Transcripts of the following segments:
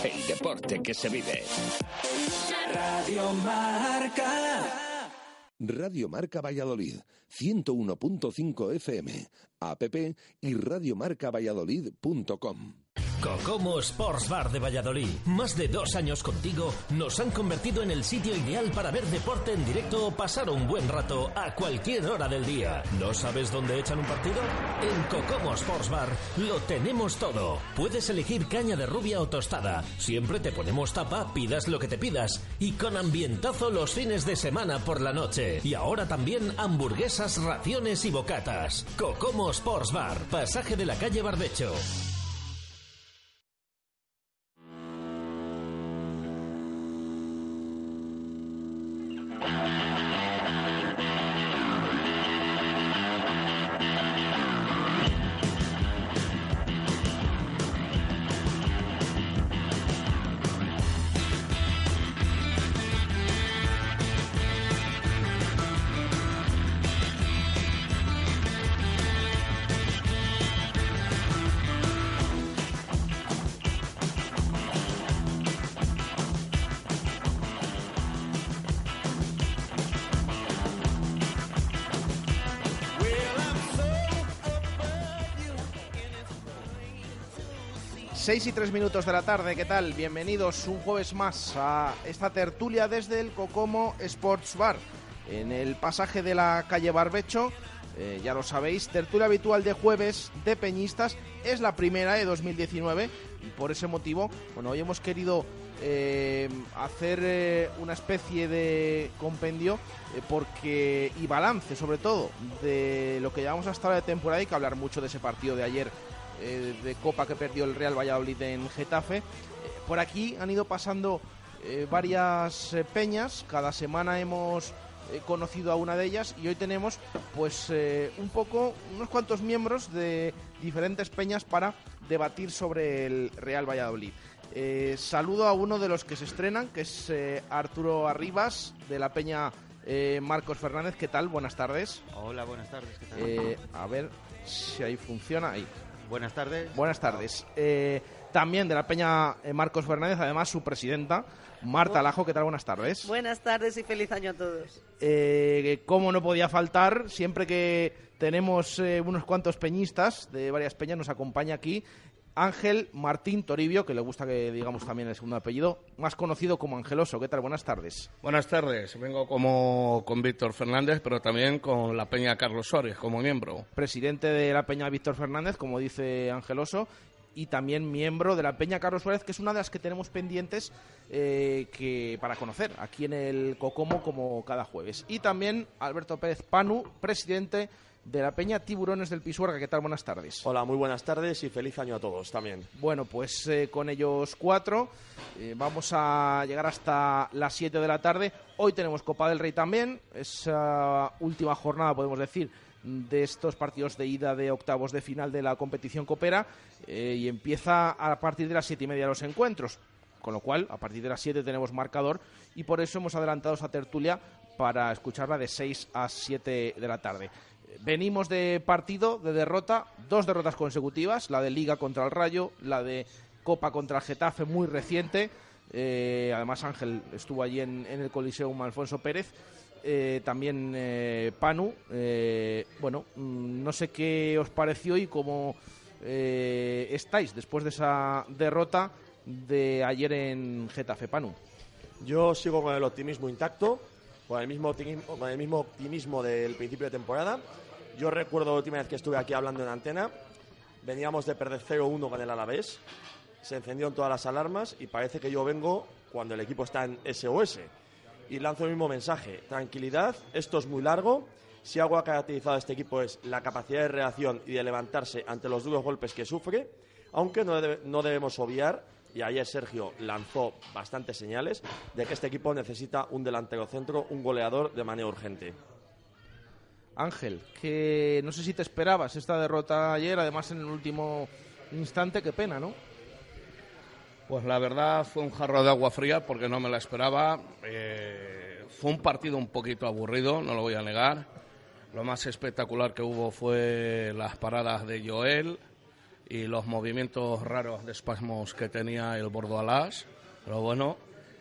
el deporte que se vive. Radio Marca. Radio Marca Valladolid, 101.5 FM, app y radiomarcavalladolid.com. Cocomo Sports Bar de Valladolid. Más de 2 años contigo nos han convertido en el sitio ideal para ver deporte en directo o pasar un buen rato a cualquier hora del día. ¿No sabes dónde echan un partido? En Cocomo Sports Bar lo tenemos todo. Puedes elegir caña de rubia o tostada. Siempre te ponemos tapa, pidas lo que te pidas. Y con ambientazo los fines de semana por la noche. Y ahora también hamburguesas, raciones y bocatas. Cocomo Sports Bar, pasaje de la calle Barbecho. Seis y 3 minutos de la tarde, ¿qué tal? Bienvenidos un jueves más a esta tertulia desde el Cocomo Sports Bar, en el pasaje de la calle Barbecho. Ya lo sabéis, tertulia habitual de jueves de peñistas, es la primera de 2019 y por ese motivo, bueno, hoy hemos querido hacer una especie de compendio y balance sobre todo de lo que llevamos hasta ahora de temporada. Hay que hablar mucho de ese partido de ayer de Copa que perdió el Real Valladolid en Getafe. Por aquí han ido pasando varias peñas, cada semana hemos conocido a una de ellas y hoy tenemos pues unos cuantos miembros de diferentes peñas para debatir sobre el Real Valladolid. Saludo a uno de los que se estrenan, que es Arturo Arribas, de la peña Marcos Fernández. ¿Qué tal? Buenas tardes. Hola, buenas tardes. ¿Qué tal? A ver si ahí funciona. Ahí. Buenas tardes. Buenas tardes. También de la peña Marcos Fernández, además su presidenta, Marta Lajo. ¿Qué tal? Buenas tardes. Buenas tardes y feliz año a todos. Como no podía faltar, siempre que tenemos unos cuantos peñistas de varias peñas, nos acompaña aquí Ángel Martín Toribio, que le gusta que digamos también el segundo apellido, más conocido como Angeloso. ¿Qué tal? Buenas tardes. Buenas tardes. Vengo con Víctor Fernández, pero también con la peña Carlos Suárez como miembro. Presidente de la peña Víctor Fernández, como dice Angeloso, y también miembro de la peña Carlos Suárez, que es una de las que tenemos pendientes para conocer aquí en el Cocomo como cada jueves. Y también Alberto Pérez Panu, presidente de la peña Tiburones del Pisuerga. ¿Qué tal? Buenas tardes. Hola, muy buenas tardes y feliz año a todos también. Bueno, pues con ellos 4 vamos a llegar hasta las 7 de la tarde. Hoy tenemos Copa del Rey también, esa última jornada, podemos decir, de estos partidos de ida de octavos de final de la competición copera, y empieza a partir de las 7:30 los encuentros, con lo cual a partir de las 7 tenemos marcador y por eso hemos adelantado esa tertulia para escucharla de 6 a 7 de la tarde. Venimos de partido, de derrota, 2 derrotas consecutivas, la de Liga contra el Rayo, la de Copa contra el Getafe, muy reciente. Además Ángel estuvo allí en el Coliseum Alfonso Pérez. También Panu. Bueno, no sé qué os pareció y cómo estáis después de esa derrota de ayer en Getafe. Panu. Yo sigo con el optimismo intacto, con el mismo optimismo del principio de temporada. Yo recuerdo la última vez que estuve aquí hablando en antena, veníamos de perder 0-1 con el Alavés, se encendieron todas las alarmas y parece que yo vengo cuando el equipo está en SOS. Y lanzo el mismo mensaje: tranquilidad, esto es muy largo. Si algo ha caracterizado a este equipo es la capacidad de reacción y de levantarse ante los duros golpes que sufre, aunque no debemos obviar, y ayer Sergio lanzó bastantes señales, de que este equipo necesita un delantero centro, un goleador de manera urgente. Ángel, que no sé si te esperabas esta derrota ayer, además en el último instante, qué pena, ¿no? Pues la verdad fue un jarro de agua fría porque no me la esperaba. Fue un partido un poquito aburrido, no lo voy a negar. Lo más espectacular que hubo fue las paradas de Joel, y los movimientos raros de espasmos que tenía el Bordalás, pero bueno.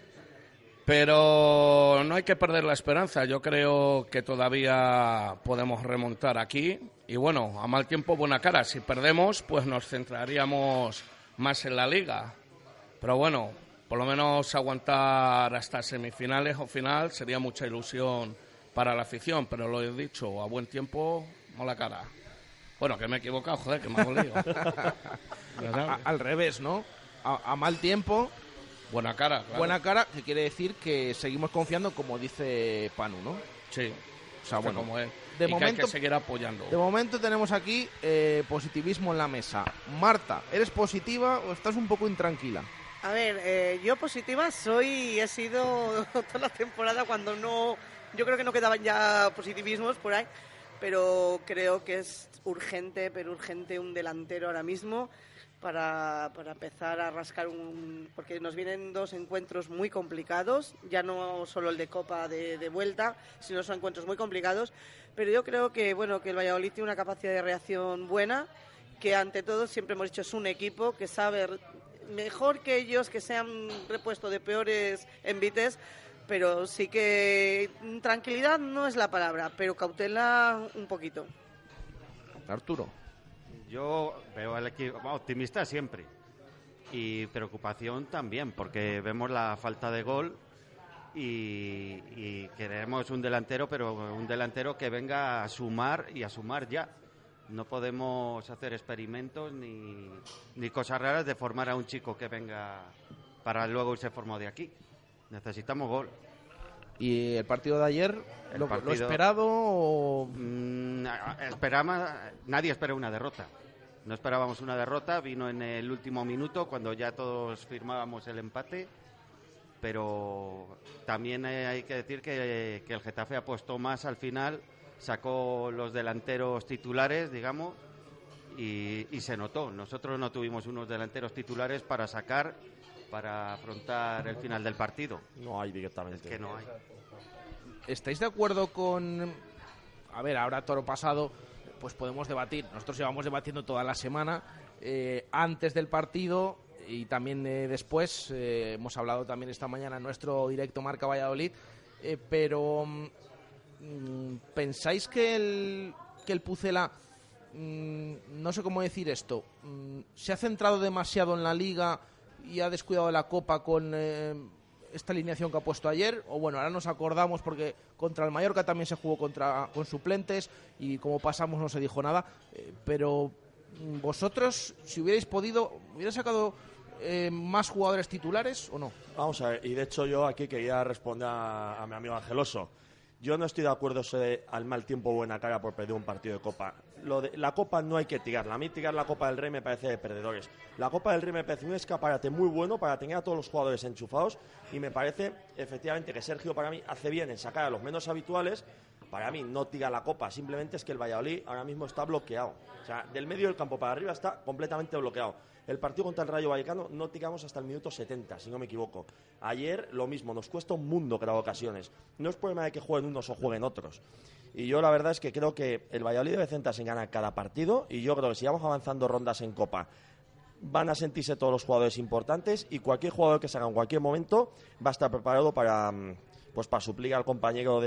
Pero no hay que perder la esperanza, yo creo que todavía podemos remontar aquí y bueno, a mal tiempo buena cara, si perdemos pues nos centraríamos más en la Liga, pero bueno, por lo menos aguantar hasta semifinales o final sería mucha ilusión para la afición, pero lo he dicho, a buen tiempo, mala cara. Bueno, que me he equivocado, joder, que me hago lío. Al revés, ¿no? A mal tiempo... Buena cara, claro. Buena cara, que quiere decir que seguimos confiando, como dice Panu, ¿no? Sí. O sea, bueno, como es. De y momento, que hay que seguir apoyando. De momento tenemos aquí positivismo en la mesa. Marta, ¿eres positiva o estás un poco intranquila? A ver, yo positiva soy y he sido toda la temporada cuando no... Yo creo que no quedaban ya positivismos por ahí, pero creo que es urgente, un delantero ahora mismo para empezar a rascar porque nos vienen 2 encuentros muy complicados, ya no solo el de Copa de vuelta, sino son encuentros muy complicados, pero yo creo que bueno, que el Valladolid tiene una capacidad de reacción buena, que ante todo siempre hemos dicho es un equipo que sabe mejor que ellos, que se han repuesto de peores envites, pero sí que tranquilidad no es la palabra, pero cautela un poquito. Arturo. Yo veo al equipo optimista siempre y preocupación también, porque vemos la falta de gol y queremos un delantero, pero un delantero que venga a sumar y a sumar ya. No podemos hacer experimentos ni cosas raras de formar a un chico que venga para luego irse formado de aquí. Necesitamos gol. ¿Y el partido de ayer? ¿Lo esperado o...? Nadie espera una derrota. No esperábamos una derrota, vino en el último minuto cuando ya todos firmábamos el empate, pero también hay que decir que el Getafe apostó más al final, sacó los delanteros titulares, digamos, y se notó. Nosotros no tuvimos unos delanteros titulares para afrontar el final del partido. No hay directamente. Es que no hay. ¿Estáis de acuerdo con...? A ver, ahora toro pasado, pues podemos debatir. Nosotros llevamos debatiendo toda la semana, antes del partido y también después. Hemos hablado también esta mañana en nuestro directo Marca Valladolid. Pero ¿pensáis que el Pucela, no sé cómo decir esto, se ha centrado demasiado en la Liga y ha descuidado la Copa con esta alineación que ha puesto ayer? O bueno, ahora nos acordamos porque contra el Mallorca también se jugó con suplentes y como pasamos no se dijo nada, pero vosotros, si hubierais podido, ¿hubierais sacado más jugadores titulares o no? Vamos a ver, y de hecho yo aquí quería responder a mi amigo Angeloso. Yo no estoy de acuerdo al mal tiempo buena cara por perder un partido de Copa. La Copa no hay que tirarla. A mí tirar la Copa del Rey me parece de perdedores. La Copa del Rey me parece un escaparate muy bueno para tener a todos los jugadores enchufados y me parece efectivamente que Sergio para mí hace bien en sacar a los menos habituales. Para mí no tira la Copa, simplemente es que el Valladolid ahora mismo está bloqueado. O sea, del medio del campo para arriba está completamente bloqueado. El partido contra el Rayo Vallecano no tiramos hasta el minuto 70, si no me equivoco. Ayer lo mismo, nos cuesta un mundo crear ocasiones. No es problema de que jueguen unos o jueguen otros. Y yo la verdad es que creo que el Valladolid debe centrarse en ganar cada partido y yo creo que si vamos avanzando rondas en Copa van a sentirse todos los jugadores importantes y cualquier jugador que salga en cualquier momento va a estar preparado para suplir al compañero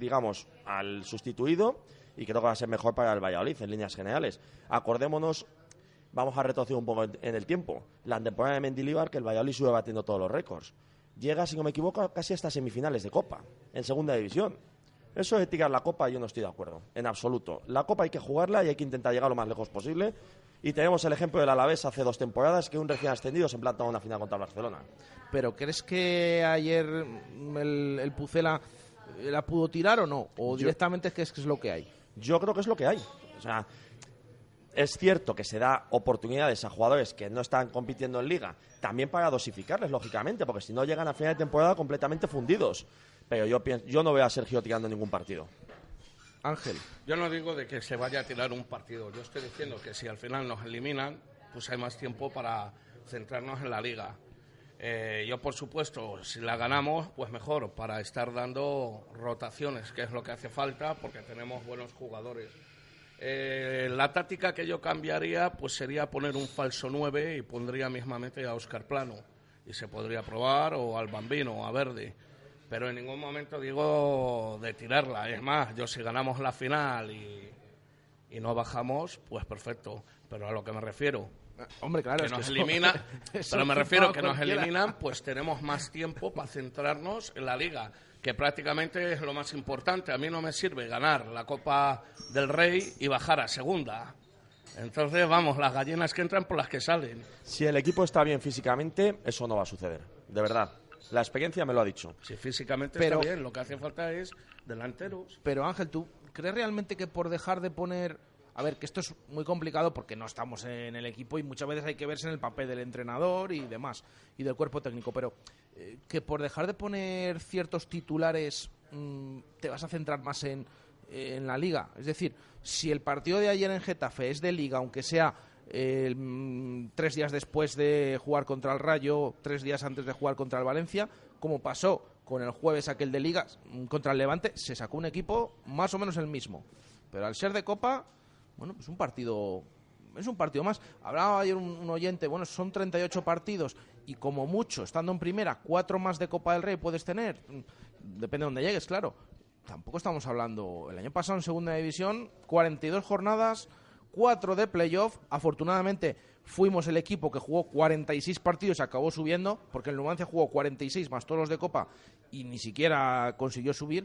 al sustituido, y creo que va a ser mejor para el Valladolid en líneas generales. Acordémonos, vamos a retroceder un poco en el tiempo. La temporada de Mendilibar, que el Valladolid sube batiendo todos los récords. Llega, si no me equivoco, casi hasta semifinales de Copa, en segunda división. Eso de tirar la Copa yo no estoy de acuerdo, en absoluto. La Copa hay que jugarla y hay que intentar llegar lo más lejos posible. Y tenemos el ejemplo del Alavés hace 2 temporadas, que un recién ascendido se planta una final contra el Barcelona. ¿Pero crees que ayer el Pucela la pudo tirar o no? ¿O directamente es que es lo que hay? Yo creo que es lo que hay. O sea, es cierto que se da oportunidades a jugadores que no están compitiendo en Liga, también para dosificarles, lógicamente, porque si no llegan a final de temporada completamente fundidos. Pero yo no veo a Sergio tirando ningún partido. Ángel. Yo no digo de que se vaya a tirar un partido. Yo estoy diciendo que si al final nos eliminan, pues hay más tiempo para centrarnos en la Liga. Yo, por supuesto, si la ganamos, pues mejor, para estar dando rotaciones, que es lo que hace falta, porque tenemos buenos jugadores. La táctica que yo cambiaría pues sería poner un falso 9 y pondría mismamente a Óscar Plano. Y se podría probar o al Bambino o a Verdi. Pero en ningún momento digo de tirarla. Es más, yo si ganamos la final y no bajamos, pues perfecto. Pero a lo que me refiero... Hombre, claro, que nos elimina, pero me refiero que nos eliminan, pues tenemos más tiempo para centrarnos en la Liga, que prácticamente es lo más importante. A mí no me sirve ganar la Copa del Rey y bajar a segunda. Entonces, vamos, las gallinas que entran por las que salen. Si el equipo está bien físicamente, eso no va a suceder, de verdad. La experiencia me lo ha dicho. Si físicamente está bien, lo que hace falta es delanteros. Pero Ángel, ¿tú crees realmente que por dejar de poner... A ver, que esto es muy complicado porque no estamos en el equipo y muchas veces hay que verse en el papel del entrenador y demás, y del cuerpo técnico, pero que por dejar de poner ciertos titulares te vas a centrar más en la Liga? Es decir, si el partido de ayer en Getafe es de Liga, aunque sea 3 días después de jugar contra el Rayo, 3 días antes de jugar contra el Valencia, como pasó con el jueves aquel de Liga contra el Levante, se sacó un equipo más o menos el mismo. Pero al ser de Copa... Bueno, pues es un partido más. Hablaba ayer un oyente, bueno, son 38 partidos y como mucho, estando en primera, 4 más de Copa del Rey puedes tener. Depende de dónde llegues, claro. Tampoco estamos hablando... El año pasado en Segunda División, 42 jornadas, 4 de playoff. Afortunadamente fuimos el equipo que jugó 46 partidos y acabó subiendo, porque el Numancia jugó 46 más todos los de Copa y ni siquiera consiguió subir.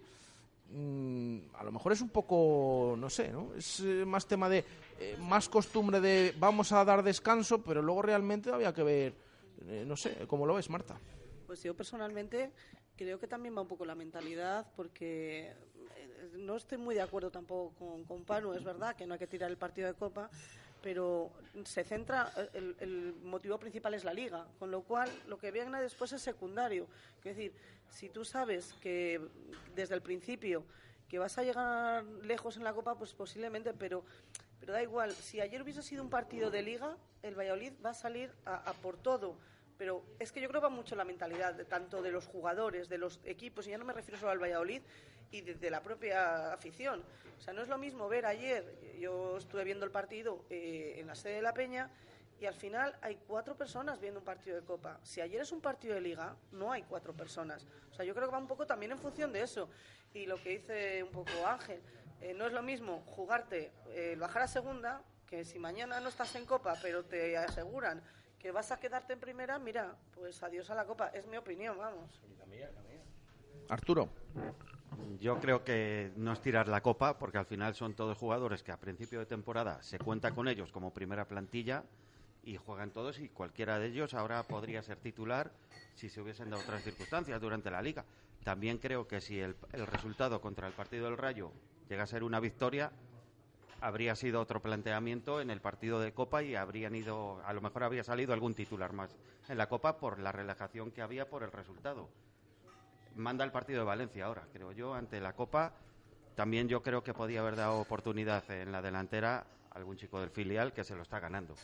A lo mejor es un poco, no sé, ¿no? Es más tema de, más costumbre de vamos a dar descanso, pero luego realmente había que ver, no sé, ¿cómo lo ves, Marta? Pues yo personalmente creo que también va un poco la mentalidad, porque no estoy muy de acuerdo tampoco con Panu. Es verdad que no hay que tirar el partido de Copa, pero se centra, el motivo principal es la Liga, con lo cual lo que viene después es secundario. Es decir, si tú sabes que desde el principio que vas a llegar lejos en la Copa, pues posiblemente, pero da igual. Si ayer hubiese sido un partido de Liga, el Valladolid va a salir a por todo. Pero es que yo creo que va mucho la mentalidad tanto de los jugadores, de los equipos, y ya no me refiero solo al Valladolid, y de la propia afición. O sea, no es lo mismo ver ayer, yo estuve viendo el partido en la sede de La Peña, y al final hay 4 personas viendo un partido de Copa. Si ayer es un partido de Liga, no hay 4 personas. O sea, yo creo que va un poco también en función de eso. Y lo que dice un poco Ángel, no es lo mismo jugarte, bajar a segunda, que si mañana no estás en Copa, pero te aseguran que vas a quedarte en primera, mira, pues adiós a la Copa. Es mi opinión, vamos. La mía. Arturo. Yo creo que no es tirar la Copa, porque al final son todos jugadores que a principio de temporada se cuenta con ellos como primera plantilla y juegan todos, y cualquiera de ellos ahora podría ser titular si se hubiesen dado otras circunstancias durante la Liga. También creo que si el resultado contra el partido del Rayo llega a ser una victoria, habría sido otro planteamiento en el partido de Copa y a lo mejor habría salido algún titular más en la Copa por la relajación que había por el resultado. Manda el partido de Valencia ahora, creo yo, ante la Copa. También yo creo que podía haber dado oportunidad en la delantera a algún chico del filial que se lo está ganando.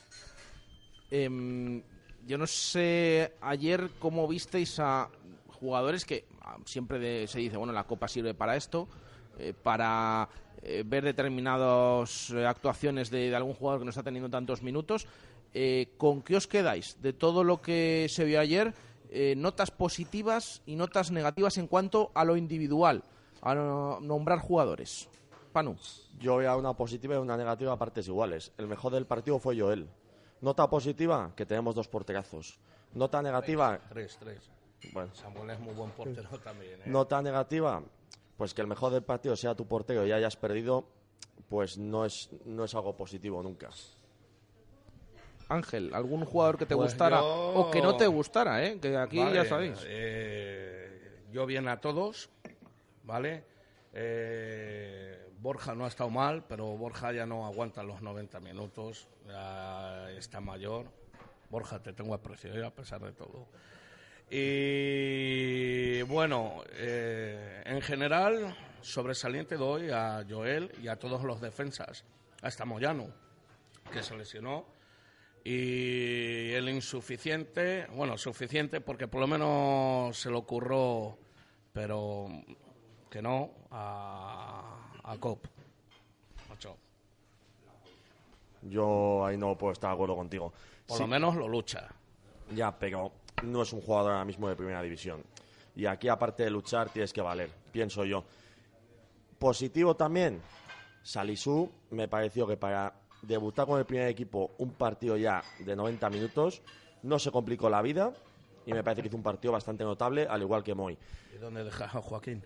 Yo no sé ayer cómo visteis a jugadores que siempre se dice, bueno, la Copa sirve para esto, para ver determinadas actuaciones de algún jugador que no está teniendo tantos minutos. ¿Con qué os quedáis de todo lo que se vio ayer? Notas positivas y notas negativas en cuanto a lo individual, a nombrar jugadores. Panu. Yo voy a una positiva y una negativa a partes iguales. El mejor del partido fue Joel. Nota positiva, que tenemos 2 porterazos. Nota negativa... 3. Bueno. Samuel es muy buen portero también, ¿eh? Nota negativa, pues que el mejor del partido sea tu portero y hayas perdido, pues no es algo positivo nunca. Ángel, ¿algún jugador que te gustara o que no te gustara, que aquí vale, ya sabéis? Yo bien a todos, ¿vale? Borja no ha estado mal, pero Borja ya no aguanta los 90 minutos, ya está mayor. Borja, te tengo aprecio, a pesar de todo. Y bueno, en general, sobresaliente doy a Joel y a todos los defensas, hasta Moyano, que se lesionó. Y el insuficiente, bueno, suficiente porque por lo menos se lo curró, pero que no, a Cop. Yo ahí no puedo estar de acuerdo contigo. Por Sí, lo menos lo lucha. ya, pero no es un jugador ahora mismo de primera división. Y aquí, aparte de luchar, tienes que valer, pienso yo. Positivo también, Salisu me pareció que para debutar con el primer equipo un partido ya de 90 minutos no se complicó la vida y me parece que hizo un partido bastante notable, al igual que Moy. ¿Y dónde dejas a Joaquín?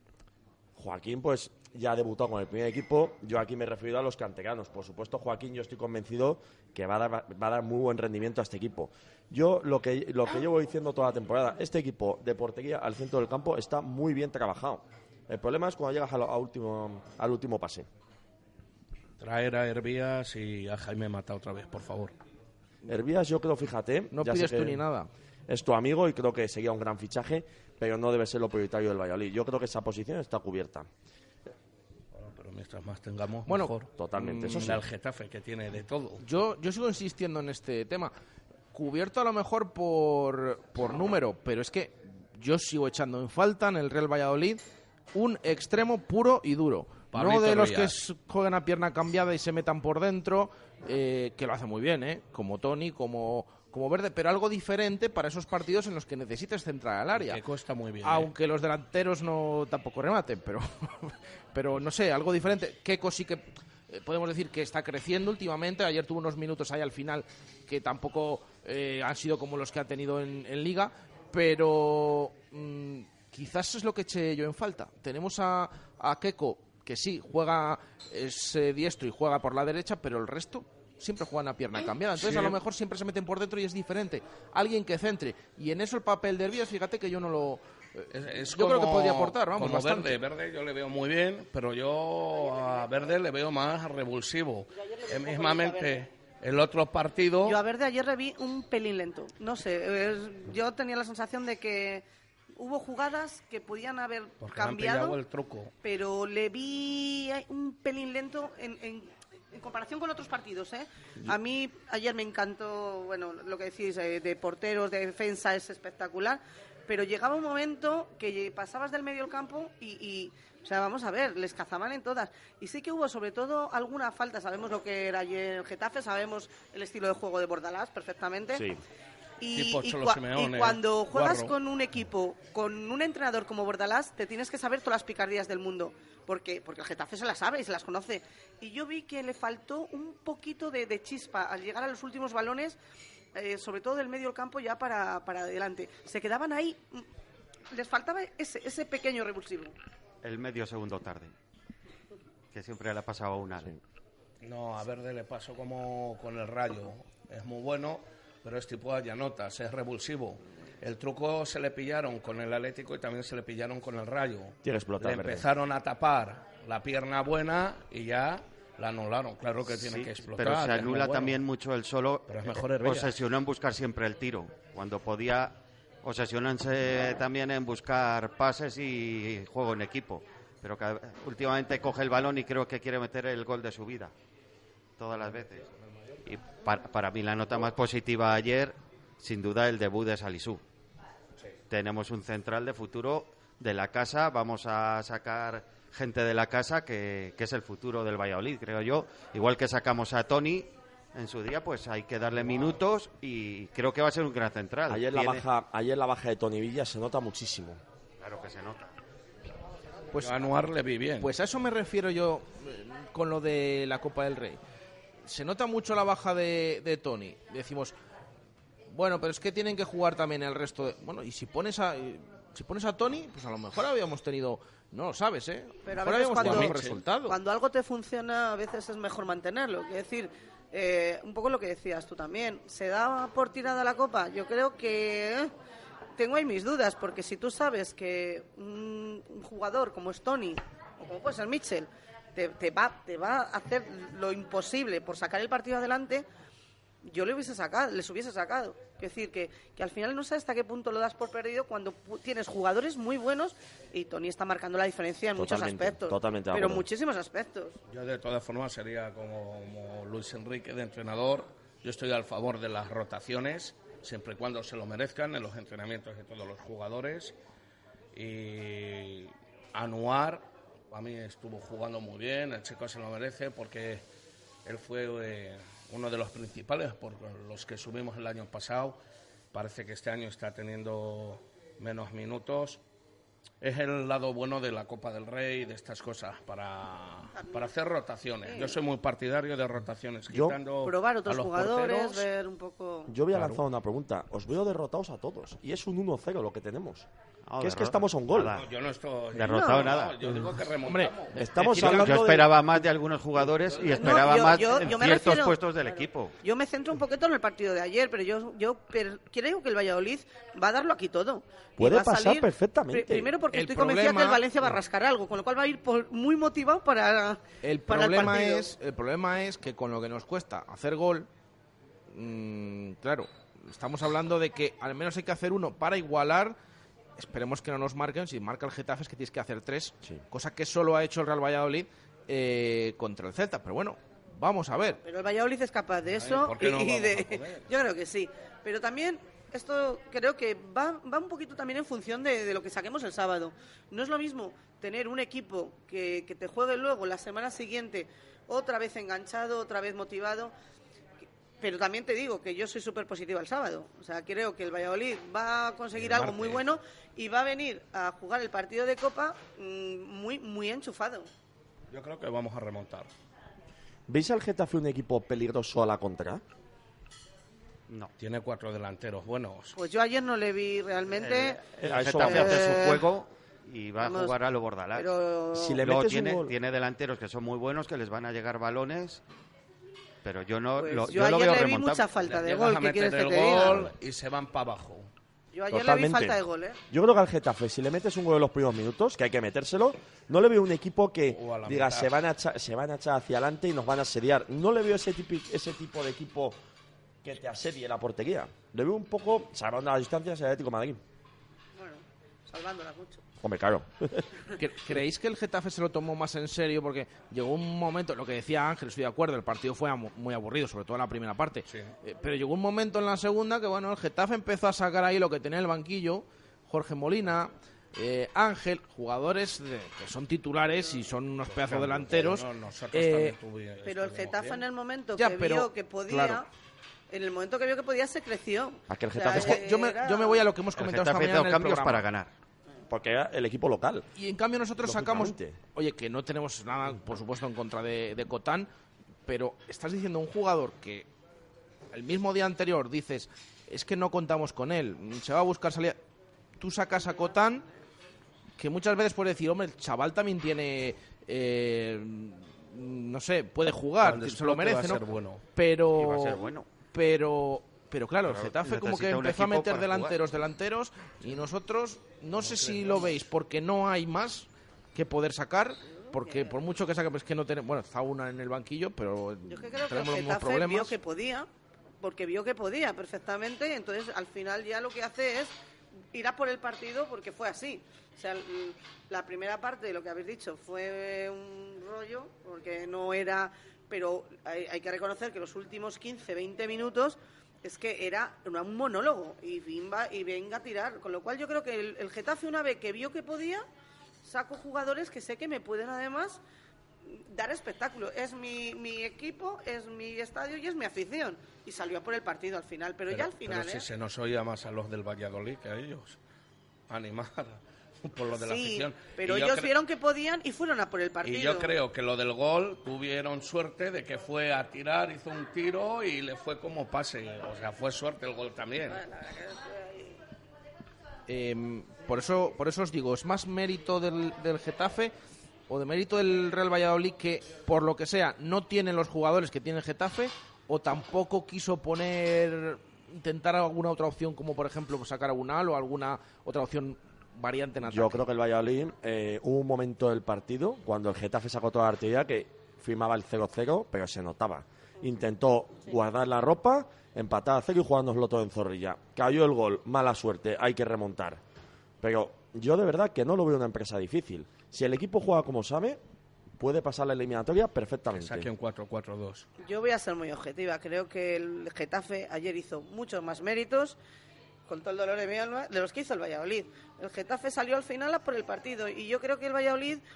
Joaquín, pues ya ha debutado con el primer equipo. Yo aquí me he referido a los canteranos. Por supuesto, Joaquín, yo estoy convencido que va a dar muy buen rendimiento a este equipo. Yo lo que llevo diciendo toda la temporada, este equipo de portería al centro del campo está muy bien trabajado. El problema es cuando llegas al último pase. Traer a Hervías y a Jaime Mata otra vez, por favor. Hervías, yo creo, fíjate, No ya sé pides que tú ni nada. es tu amigo y creo que sería un gran fichaje, pero no debe ser lo prioritario del Valladolid. Yo creo que esa posición está cubierta. Bueno, pero mientras más tengamos, Bueno, mejor. Totalmente, eso sí. Mira el Getafe, que tiene de todo. Yo sigo insistiendo en este tema. Cubierto a lo mejor por número, pero es que yo sigo echando en falta en el Real Valladolid un extremo puro y duro. Pablito No de los Rías. que juegan a pierna cambiada y se metan por dentro, que lo hace muy bien, como Toni, como Verde, pero algo diferente para esos partidos en los que necesites centrar al área. Que cuesta muy bien. Aunque los delanteros no tampoco rematen, pero no sé, algo diferente. Keco sí que podemos decir que está creciendo últimamente. Ayer tuvo unos minutos ahí al final que tampoco han sido como los que ha tenido en Liga, pero quizás es lo que eché yo en falta. Tenemos a Keco, que sí, es diestro y juega por la derecha, pero el resto siempre juegan a pierna cambiada. Entonces, Sí. a lo mejor siempre se meten por dentro y es diferente. Alguien que centre. Y en eso el papel de Hervías, fíjate que yo no lo... yo creo que podría aportar, vamos, como bastante. Verde yo le veo muy bien, pero yo a Verde le veo más revulsivo. Mismamente el otro partido... Yo a Verde ayer le vi un pelín lento. No sé, yo tenía la sensación de que hubo jugadas que podían haber porque le han cambiado, pillado el truco. pero le vi un pelín lento en comparación con otros partidos, ¿eh? A mí ayer me encantó, bueno, lo que decís de porteros, de defensa es espectacular, pero llegaba un momento que pasabas del medio del campo y o sea, vamos a ver, les cazaban en todas. Y sí que hubo sobre todo alguna falta, sabemos lo que era ayer el Getafe, sabemos el estilo de juego de Bordalás perfectamente. Sí. Tipo Cholo Y Simeone, cuando juegas Guarro. con un equipo, con un entrenador como Bordalás, te tienes que saber todas las picardías del mundo, porque el Getafe se las sabe y se las conoce. Y yo vi que le faltó un poquito de chispa al llegar a los últimos balones, sobre todo del medio del campo ya para adelante. Se quedaban ahí, les faltaba ese pequeño revulsivo. El medio segundo tarde, que siempre le ha pasado a una. No, a Verde le pasó como con el Rayo. Es muy bueno, pero es tipo Allanotas, es revulsivo. El truco se le pillaron con el Atlético y también se le pillaron con el Rayo. Tiene que explotar, Le Verde. empezaron a tapar la pierna buena y ya la anularon. Claro que tiene Sí, que explotar. pero se que es muy anula bueno. también mucho el solo. Pero es mejor Hervías. Obsesionó en buscar siempre el tiro, cuando podía obsesionarse también en buscar pases y juego en equipo. Pero últimamente coge el balón y creo que quiere meter el gol de su vida, todas las veces. Y para mí la nota más positiva ayer, sin duda, el debut de Salisu. Tenemos un central de futuro de la casa, vamos a sacar gente de la casa que es el futuro del Valladolid, creo yo. Igual que sacamos a Toni en su día, pues hay que darle minutos y creo que va a ser un gran central. Ayer la baja de Toni Villa se nota muchísimo. Claro que se nota. Pues, Yo a Anuar le vi bien. pues a eso me refiero yo con lo de la Copa del Rey. Se nota mucho la baja de Toni. Decimos, bueno, pero es que tienen que jugar también el resto de... Bueno, y si pones a Toni, pues a lo mejor habíamos tenido... No lo sabes, ¿eh? Pero a Mejor veces habíamos cuando- tenido un resultado. Cuando algo te funciona, a veces es mejor mantenerlo. Es decir, un poco lo que decías tú también. ¿Se da por tirada la Copa? Yo creo que tengo ahí mis dudas, porque si tú sabes que un jugador como es Toni, o como puede ser Mitchell, te va a hacer lo imposible por sacar el partido adelante, yo les hubiese sacado. Es decir, que al final no sé hasta qué punto lo das por perdido cuando tienes jugadores muy buenos y Toni está marcando la diferencia en muchos Totalmente, aspectos. totalmente de pero acuerdo. muchísimos aspectos. Yo de todas formas sería como Luis Enrique de entrenador. Yo estoy al favor de las rotaciones, siempre y cuando se lo merezcan en los entrenamientos de todos los jugadores. Y Anuar, a mí estuvo jugando muy bien, el chico se lo merece porque Él fue uno de los principales por los que subimos el año pasado. Parece que este año está teniendo menos minutos. Es el lado bueno de la Copa del Rey, de estas cosas, para hacer rotaciones. Yo soy muy partidario de rotaciones, quitando probar otros a los jugadores, porteros. ver un poco... Yo voy a lanzar una pregunta. Os veo derrotados a todos. Y es un 1-0 lo que tenemos. No, que es que estamos a un gol. nada. No, yo no estoy Derrotado nada. Yo digo que remontamos. Estamos Yo hablando esperaba más de algunos jugadores y esperaba yo- más yo en me ciertos refiero- puestos del claro. equipo. Yo me centro un poquito en el partido de ayer, pero yo creo que el Valladolid va a darlo aquí todo. Y Puede va a pasar salir perfectamente. Primero porque El estoy convencida que el problema- Valencia va a rascar algo, con lo cual va a ir muy motivado para El para problema partido. el problema es que con lo que nos cuesta hacer gol, claro, estamos hablando de que al menos hay que hacer uno para igualar. Esperemos que no nos marquen. Si marca el Getafe es que tienes que hacer 3, Sí. cosa que solo ha hecho el Real Valladolid contra el Celta. Pero bueno, vamos a ver. Pero el Valladolid es capaz de eso ¿por qué no y vamos de... a poder? Yo creo que sí. Pero también esto creo que va un poquito también en función de lo que saquemos el sábado. No es lo mismo tener un equipo que te juegue luego la semana siguiente otra vez enganchado, otra vez motivado. Pero también te digo que yo soy súper positiva el sábado. O sea, creo que el Valladolid va a conseguir El algo martes. muy bueno y va a venir a jugar el partido de Copa muy enchufado. Yo creo que vamos a remontar. ¿Veis al Getafe un equipo peligroso a la contra? No. Tiene 4 delanteros buenos. Pues yo ayer no le vi realmente... El a eso Getafe vamos. hace su juego y va vamos, a jugar a lo Bordalás. Pero... Si le Luego metes un tiene, gol- tiene delanteros que son muy buenos, que les van a llegar balones, pero yo no Pues lo, yo yo lo ayer veo le vi remontable. mucha falta de Llegas gol, a ¿qué meter quieres que el te diga? gol y se van para abajo. Yo ayer le vi Totalmente. falta de gol, ¿eh? Yo creo que al Getafe, si le metes un gol en los primeros minutos, que hay que metérselo, no le veo un equipo que O a la diga mitad. se van a echar hacia adelante y nos van a asediar. No le veo ese tipo de equipo que te asedie la portería. Le veo un poco, salvando las distancias, el Atlético de Madrid. Bueno, salvándola mucho. Hombre, claro. ¿Creéis que el Getafe se lo tomó más en serio? Porque llegó un momento, lo que decía Ángel, estoy de acuerdo, el partido fue muy aburrido, sobre todo en la primera parte. Sí. Pero llegó un momento en la segunda que, bueno, el Getafe empezó a sacar ahí lo que tenía en el banquillo. Jorge Molina, Ángel, jugadores que son titulares y son unos pedazos delanteros. No, nosotros también Pero el estuvimos Getafe bien. en el momento Ya, que pero, vio que podía... claro. En el momento que vio que podía se creció. A que el O sea, Getafe Es que yo me voy a lo que hemos El comentado esta Getafe mañana hizo en el cambios programa. para ganar. Porque era el equipo local. Y en cambio nosotros sacamos... Lógicamente. Oye, que no tenemos nada, por supuesto, en contra de Cotán, pero estás diciendo un jugador que el mismo día anterior dices, es que no contamos con él, se va a buscar salida. Tú sacas a Cotán, que muchas veces puedes decir, hombre, el chaval también tiene... no sé, puede jugar, Cuando se lo explote merece, va a ¿no? ser bueno. Pero... Y va a ser bueno. Pero claro, el Pero Getafe como que necesita un empezó a equipo meter para delanteros, y nosotros, no sé si lo veis, porque no hay más que poder sacar, porque por mucho que saque, pues que no tenemos, bueno, está una en el banquillo, pero Yo es que creo que el tenemos los mismos Getafe vio problemas. que podía, porque vio que podía perfectamente, y entonces al final ya lo que hace es ir a por el partido porque fue así. O sea, la primera parte de lo que habéis dicho fue un rollo, porque no era... Pero hay que reconocer que los últimos 15, 20 minutos es que era un monólogo y venga a tirar. Con lo cual yo creo que el Getafe, una vez que vio que podía, sacó jugadores que sé que me pueden además dar espectáculo. Es mi equipo, es mi estadio y es mi afición. Y salió a por el partido al final. Pero ya al final, Pero si se nos oía más a los del Valladolid que a ellos. Animar por lo de la sí, afición. pero Y yo ellos vieron que podían y fueron a por el partido. Y yo creo que lo del gol tuvieron suerte de que fue a tirar, hizo un tiro y le fue como pase. O sea, fue suerte el gol también. Por eso os digo, ¿es más mérito del Getafe o de mérito del Real Valladolid que, por lo que sea, no tienen los jugadores que tiene el Getafe o tampoco quiso intentar alguna otra opción, como por ejemplo sacar a Unal o alguna otra opción variante en ataque? Yo creo que el Valladolid hubo un momento del partido cuando el Getafe sacó toda la artillería que firmaba el 0-0, pero se notaba. Intentó guardar la ropa, empatar a 0 y jugárnoslo todo en zorrilla. Cayó el gol, mala suerte, hay que remontar. Pero yo de verdad que no lo veo una empresa difícil. Si el equipo juega como sabe, puede pasar la eliminatoria Que perfectamente. saque un 4-4-2. Yo voy a ser muy objetiva. Creo que el Getafe ayer hizo muchos más méritos, con todo el dolor de mi alma, de los que hizo el Valladolid. El Getafe salió al final a por el partido y yo creo que el Valladolid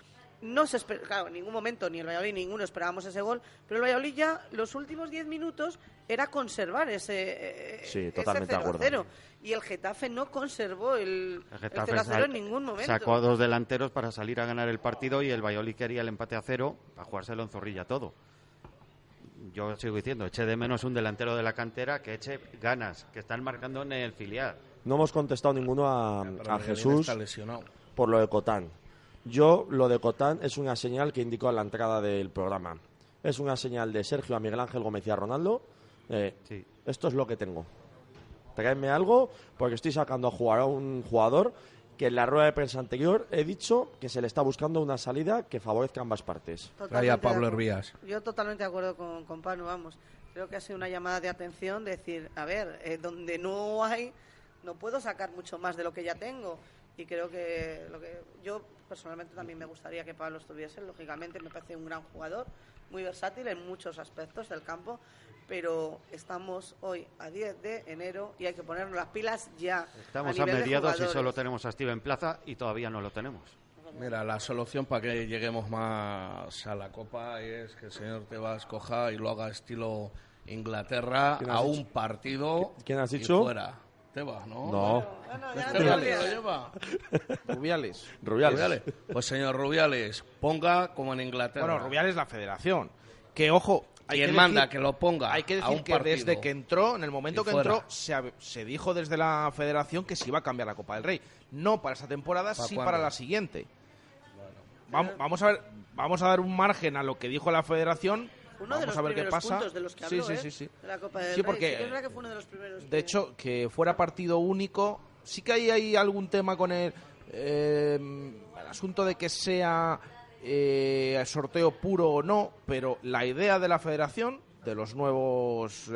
no se espera, claro, en ningún momento ni el Valladolid ni ninguno esperábamos ese gol, pero el Valladolid ya los últimos 10 minutos era conservar ese 0-0 y el Getafe no conservó el 0-0 en ningún momento. Sacó a 2 delanteros para salir a ganar el partido y el Valladolid quería el empate a 0 para jugárselo en Zorrilla todo. Yo sigo diciendo, eche de menos un delantero de la cantera que eche ganas, que están marcando en el filial. No hemos contestado ninguno a Jesús por lo de Cotán. Lo de Cotán es una señal que indicó en la entrada del programa. Es una señal de Sergio a Miguel Ángel Gómez y a Ronaldo. Sí. Esto es lo que tengo. Traedme algo porque estoy sacando a jugar a un jugador que en la rueda de prensa anterior he dicho que se le está buscando una salida que favorezca a ambas partes. Trae a Pablo Hervías. Yo totalmente de acuerdo con Panu, vamos. Creo que ha sido una llamada de atención, decir, a ver, donde no hay, no puedo sacar mucho más de lo que ya tengo. Y creo que yo personalmente también me gustaría que Pablo estuviese, lógicamente me parece un gran jugador, muy versátil en muchos aspectos del campo, pero estamos hoy a 10 de enero y hay que ponernos las pilas ya. Estamos a mediados y solo tenemos a Steven Plaza y todavía no lo tenemos. Mira, la solución para que lleguemos más a la Copa es que el señor Tebas coja y lo haga estilo Inglaterra a un partido. ¿Quién has dicho? Y fuera. Tebas, ¿no? No. Rubiales. Pues señor Rubiales, ponga como en Inglaterra. Bueno, Rubiales la federación. Que ojo, quien manda que lo ponga. Hay que decir que desde que entró, en el momento que entró, se dijo desde la federación que se iba a cambiar la Copa del Rey. No para esta temporada, sí para la siguiente. Bueno. Vamos a dar un margen a lo que dijo la federación. Vamos a ver qué pasa. De los que habló, sí. De la Copa del Rey. Porque, sí, que es verdad que fue uno de los primeros. De hecho, que fuera partido único, sí que hay algún tema con el asunto de que sea sorteo puro o no, pero la idea de la federación, de los nuevos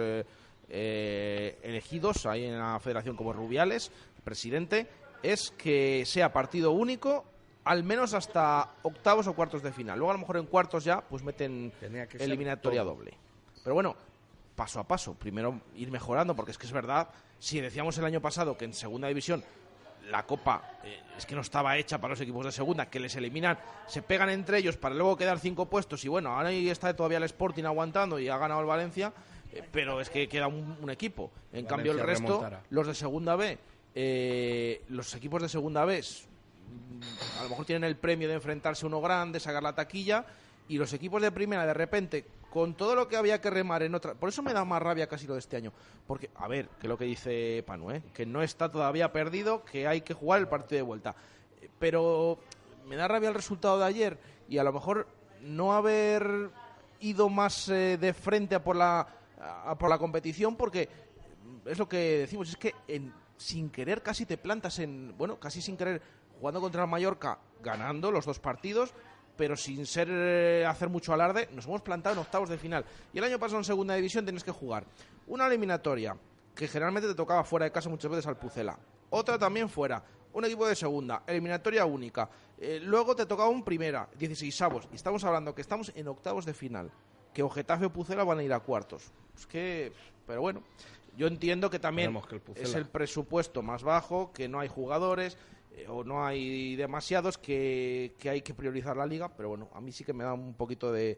elegidos ahí en la federación como Rubiales, presidente, es que sea partido único al menos hasta octavos o cuartos de final. Luego a lo mejor en cuartos ya pues meten eliminatoria doble. Pero bueno, paso a paso. Primero ir mejorando, porque es que es verdad, si decíamos el año pasado que en segunda división la Copa es que no estaba hecha para los equipos de segunda, que les eliminan, se pegan entre ellos para luego quedar 5 puestos y bueno, ahora ahí está todavía el Sporting aguantando y ha ganado el Valencia, pero es que queda un equipo. En cambio el resto, remontará. Los de segunda B, los equipos de segunda B a lo mejor tienen el premio de enfrentarse a uno grande, sacar la taquilla, y los equipos de primera de repente, con todo lo que había que remar en otra... Por eso me da más rabia casi lo de este año, porque, a ver, que lo que dice Panu, que no está todavía perdido, que hay que jugar el partido de vuelta, pero me da rabia el resultado de ayer, y a lo mejor no haber ido más de frente a por la competición, porque es lo que decimos, es que sin querer casi te plantas casi sin querer, jugando contra el Mallorca, ganando los 2 partidos, pero sin hacer mucho alarde, nos hemos plantado en octavos de final. Y el año pasado en segunda división tienes que jugar una eliminatoria, que generalmente te tocaba fuera de casa muchas veces al Pucela, otra también fuera, un equipo de segunda, eliminatoria única, luego te tocaba un primera, 16avos, y estamos hablando que estamos en octavos de final, que o Getafe o Pucela van a ir a cuartos. Pero bueno, yo entiendo que también es el presupuesto más bajo, que no hay jugadores, o no hay demasiados, que hay que priorizar la liga, pero bueno, a mí sí que me da un poquito de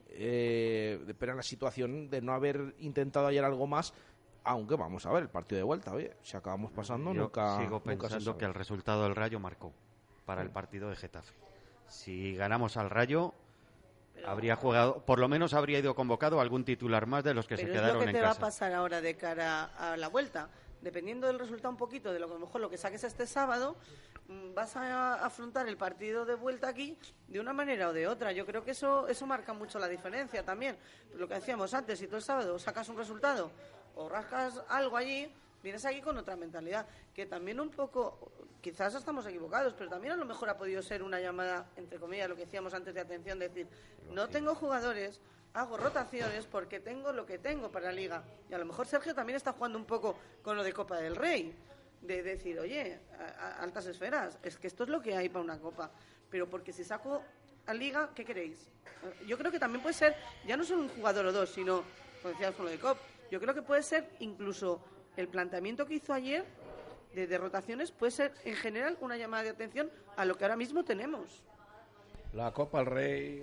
pena la situación de no haber intentado ayer algo más, aunque vamos a ver el partido de vuelta, oye, si acabamos pasando, yo nunca sigo pensando que el resultado del Rayo marcó para el partido de Getafe. Si ganamos al Rayo, habría jugado, por lo menos habría ido convocado algún titular más de los que se quedaron en casa. Pero es lo que te va a pasar ahora de cara a la vuelta. Dependiendo del resultado un poquito de lo que a lo mejor lo que saques este sábado, vas a afrontar el partido de vuelta aquí de una manera o de otra. Yo creo que eso marca mucho la diferencia también. Lo que decíamos antes, si tú el sábado sacas un resultado o rascas algo allí, vienes aquí con otra mentalidad, que también un poco, quizás estamos equivocados, pero también a lo mejor ha podido ser una llamada, entre comillas, lo que decíamos antes de atención, de decir, no tengo jugadores, hago rotaciones porque tengo lo que tengo para la Liga. Y a lo mejor Sergio también está jugando un poco con lo de Copa del Rey, de decir, oye, a altas esferas, es que esto es lo que hay para una Copa. Pero porque si saco a Liga, ¿qué queréis? Yo creo que también puede ser, ya no solo un jugador o dos, sino, como decíamos con lo de COP, yo creo que puede ser incluso el planteamiento que hizo ayer de rotaciones, puede ser en general una llamada de atención a lo que ahora mismo tenemos. La Copa del Rey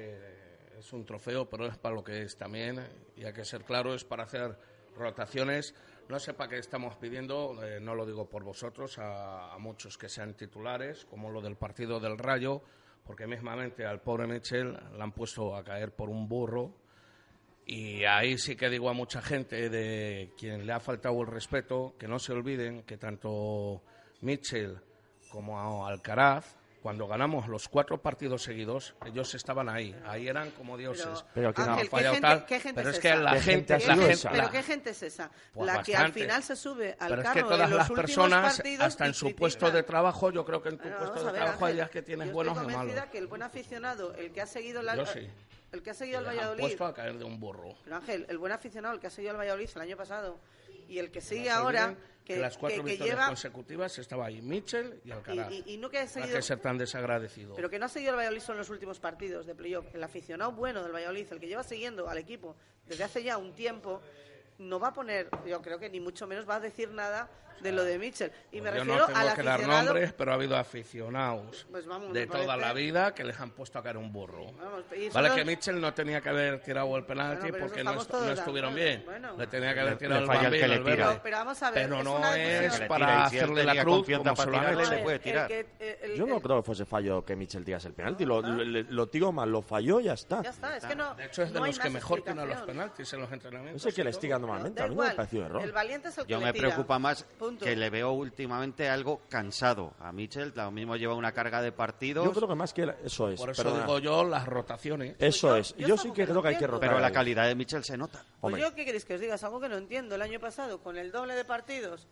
es un trofeo, pero es para lo que es también, y hay que ser claro, es para hacer rotaciones. No sé para qué estamos pidiendo, no lo digo por vosotros, a muchos que sean titulares, como lo del partido del Rayo, porque mismamente al pobre Mitchell le han puesto a caer por un burro, y ahí sí que digo a mucha gente de quien le ha faltado el respeto, que no se olviden que tanto Mitchell como Alcaraz, cuando ganamos los 4 partidos seguidos, ellos estaban ahí eran como dioses. Pero que Ángel, no ha fallado tal, ¿qué gente pero es es que esa? la gente, ¿Pero qué gente es esa? Pues la bastante. que al final se sube al pero carro es que todas en los las últimos personas, partidos hasta en y su critican. puesto de trabajo, yo creo que en tu Pero puesto vamos de a ver, trabajo hay Ángel, días que tienes yo buenos y estoy malos. convencida que el buen aficionado, el que ha seguido Yo sí. el que ha seguido al Les han Valladolid, puesto a caer de un burro. pero Ángel, el buen aficionado, el que ha seguido al Valladolid el año pasado y el que sigue No se ahora, olviden que las 4 victorias lleva consecutivas estaba ahí Mitchell y Alcaraz. y no que ha No hay seguido, que ser tan desagradecido. pero que no ha seguido el Valladolid solo en los últimos partidos de playoff. El aficionado bueno del Valladolid, el que lleva siguiendo al equipo desde hace ya un tiempo, no va a poner, yo creo que ni mucho menos va a decir nada de lo de Mitchell. Y me Pues yo refiero no tengo al que dar aficionado. nombres, pero ha habido aficionados Pues vamos, de me toda parece- la vida que les han puesto a caer un burro. Vamos, y Vale solo- que Mitchell no tenía que haber tirado el penalti Bueno, pero porque eso no, estamos todos de estuvieron acuerdo. bien. Bueno. Le tenía que haber Le tirado el falla el bambino, que le el tira. verde. Pero vamos a ver, Pero es no una es decisión. para tira, y si él hacerle la tenía cruz confianza como se para lo han tirarle, hecho. le puede tirar. Yo no creo que fuese fallo que Mitchell tirase el penalti. Lo tiro mal, lo falló y ya está. Ya está, es que no. De hecho, es de no hay los que más mejor tiran los explicación. penaltis en los entrenamientos. No sé qué y les todo. tira normalmente. Da A mí no me igual, pareció un error. el valiente es el que Yo le me tira. preocupa más Punto. que le veo últimamente algo cansado a Mitchell. Lo mismo lleva una carga de partidos. Yo creo que más que eso es. Por eso perdona. digo yo las rotaciones. Eso Yo- es. yo Yo es sí algo que que creo no que hay que entiendo. rotar. Pero la ahí. calidad de Mitchell se nota. Pues Hombre. yo, ¿qué queréis que os diga? Es algo que no entiendo. El año pasado, con el doble de partidos,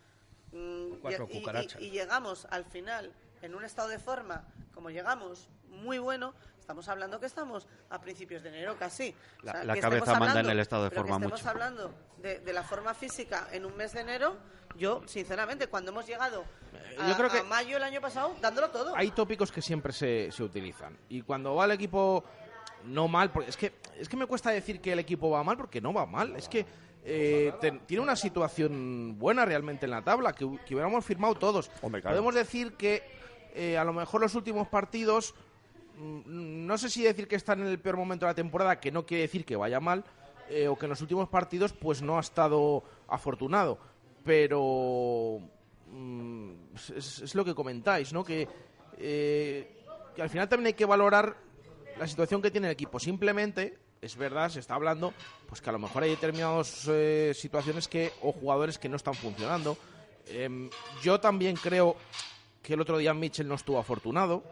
4 cucarachas. y llegamos al final en un estado de forma, como llegamos, muy bueno. Estamos hablando que estamos a principios de enero casi. La que cabeza estemos manda hablando- en el estado de pero forma que estemos mucho. hablando de la forma física en un mes de enero. Yo, sinceramente, cuando hemos llegado yo creo que a mayo el año pasado, dándolo todo. hay tópicos que siempre se utilizan. Y cuando va el equipo no mal, porque es que me cuesta decir que el equipo va mal porque no va mal. Es que tiene una situación buena realmente en la tabla, que hubiéramos firmado todos. Hombre, claro. Podemos decir que a lo mejor los últimos partidos, no sé si decir que están en el peor momento de la temporada, que no quiere decir que vaya mal, o que en los últimos partidos pues no ha estado afortunado. Pero es lo que comentáis, ¿no? Que al final también hay que valorar la situación que tiene el equipo. Simplemente, es verdad, se está hablando, pues que a lo mejor hay determinadas situaciones o jugadores que no están funcionando. Yo también creo que el otro día Mitchell no estuvo afortunado.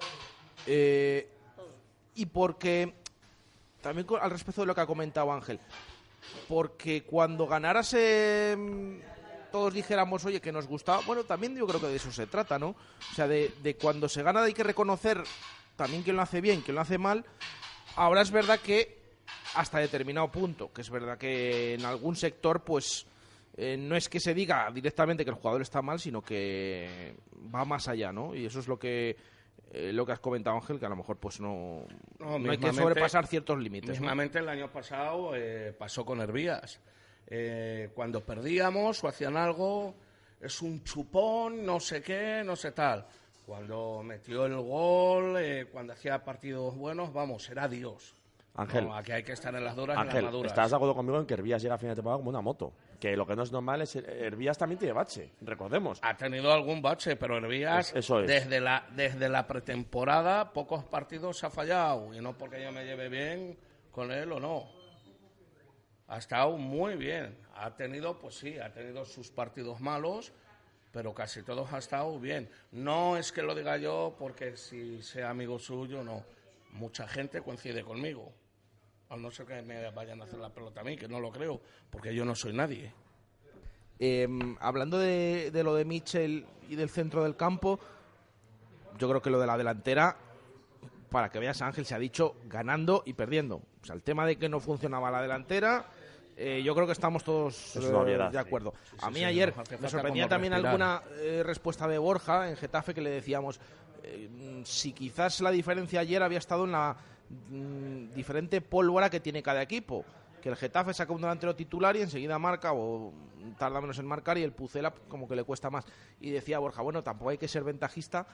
Y porque, también al respecto de lo que ha comentado Ángel, porque cuando ganaras todos dijéramos, oye, que nos gustaba, bueno, también yo creo que de eso se trata, ¿no? O sea, de cuando se gana hay que reconocer también quién lo hace bien, quién lo hace mal. Ahora es verdad que hasta determinado punto, que es verdad que en algún sector, pues no es que se diga directamente que el jugador está mal, sino que va más allá, ¿no? Y eso es lo que has comentado, Ángel, que a lo mejor pues no hay que mismamente- sobrepasar ciertos límites, ¿no? Mismamente el año pasado pasó con Hervías. Cuando perdíamos o hacían algo, es un chupón, no sé qué, no sé tal. Cuando metió el gol, cuando hacía partidos buenos, vamos, era Dios. Ángel, No, aquí hay que estar en las duras y Ángel, en las maduras. ¿estás de acuerdo conmigo en que Hervías llega a final de temporada como una moto? Que lo que no es normal es... Hervías también tiene bache, recordemos. Ha tenido algún bache, pero Hervías, Eso es. desde la pretemporada, pocos partidos ha fallado. Y no porque yo me lleve bien con él o no. Ha estado muy bien. Ha tenido, pues sí, ha tenido sus partidos malos, pero casi todos ha estado bien. No es que lo diga yo porque si sea amigo suyo, no. Mucha gente coincide conmigo. A no ser que me vayan a hacer la pelota a mí, que no lo creo, porque yo no soy nadie. Hablando de lo de Mitchell y del centro del campo, yo creo que lo de la delantera, para que veas, Ángel, se ha dicho ganando y perdiendo. O sea, el tema de que no funcionaba la delantera, yo creo que estamos todos Es una obviedad, de acuerdo. Sí, A mí sí, ayer nos hace me falta sorprendía como también respirar. alguna respuesta de Borja en Getafe, que le decíamos si quizás la diferencia ayer había estado en la diferente pólvora que tiene cada equipo. Que el Getafe saca un delantero titular y enseguida marca o tarda menos en marcar, y el Pucela como que le cuesta más. Y decía Borja, bueno, tampoco hay que ser ventajista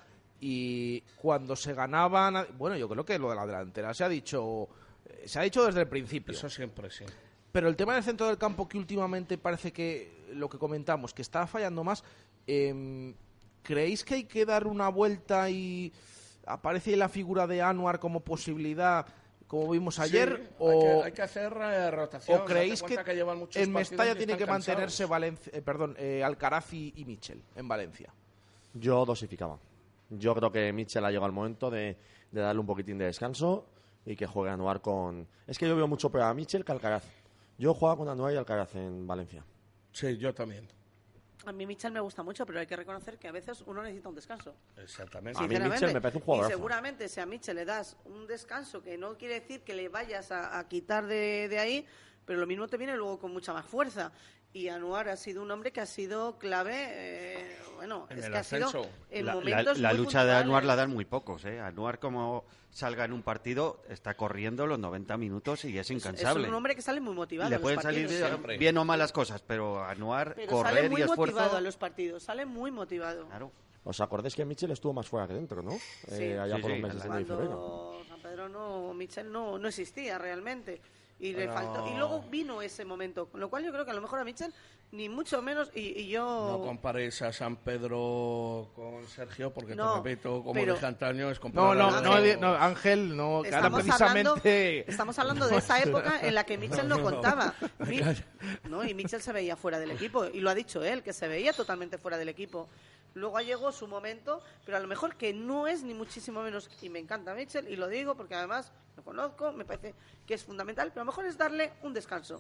y cuando se ganaban, bueno, yo creo que lo de la delantera se ha dicho desde el principio. Eso siempre, sí. Pero el tema del centro del campo, que últimamente parece que lo que comentamos, que está fallando más, ¿creéis que hay que dar una vuelta y aparece la figura de Anwar como posibilidad, como vimos ayer? Sí, o hay que hacer rotación. ¿O creéis que llevan muchos en Mestalla tiene que cansados? mantenerse Alcaraz y Mitchell en Valencia? Yo dosificaba. Yo creo que Mitchell ha llegado el momento de darle un poquitín de descanso y que juegue Anwar con... Es que yo veo mucho peor a Mitchell que a Alcaraz. Yo jugaba con Anwar y Alcaraz en Valencia. Sí, yo también. A mí Mitchell me gusta mucho, pero hay que reconocer que a veces uno necesita un descanso. Exactamente. A mí Mitchell me parece un jugador. Y seguramente si a Mitchell le das un descanso, que no quiere decir que le vayas a quitar de ahí, pero lo mismo te viene luego con mucha más fuerza. Y Anwar ha sido un hombre que ha sido clave, es que ha sido en momentos la muy lucha de puntuales. Anwar la dan muy pocos, ¿eh? Anwar, como salga en un partido, está corriendo los 90 minutos y es incansable. Es un hombre que sale muy motivado. Le a los pueden partidos. salir bien o malas cosas, pero Anwar, Pero correr sale muy y esfuerzo... motivado a los partidos, sale muy motivado. Claro. ¿Os acordáis que Mitchell estuvo más fuera que dentro, no? Sí. Allá Sí, por sí, los meses de enero y febrero. Cuando San Pedro Mitchell no existía realmente. Y le Pero- faltó. Y luego vino ese momento. Con lo cual yo creo que a lo mejor a Mitchell, ni mucho menos, y yo... No comparéis a San Pedro con Sergio, porque No, te repito, como pero- dije antaño, es comparar Ángel, no, que ahora Estamos precisamente... estamos hablando de esa época en la que Mitchell no contaba. Y Mitchell se veía fuera del equipo. Y lo ha dicho él, que se veía totalmente fuera del equipo. Luego llegó su momento, pero a lo mejor que no es ni muchísimo menos, y me encanta Mitchell, y lo digo porque además lo conozco, me parece que es fundamental, pero a lo mejor es darle un descanso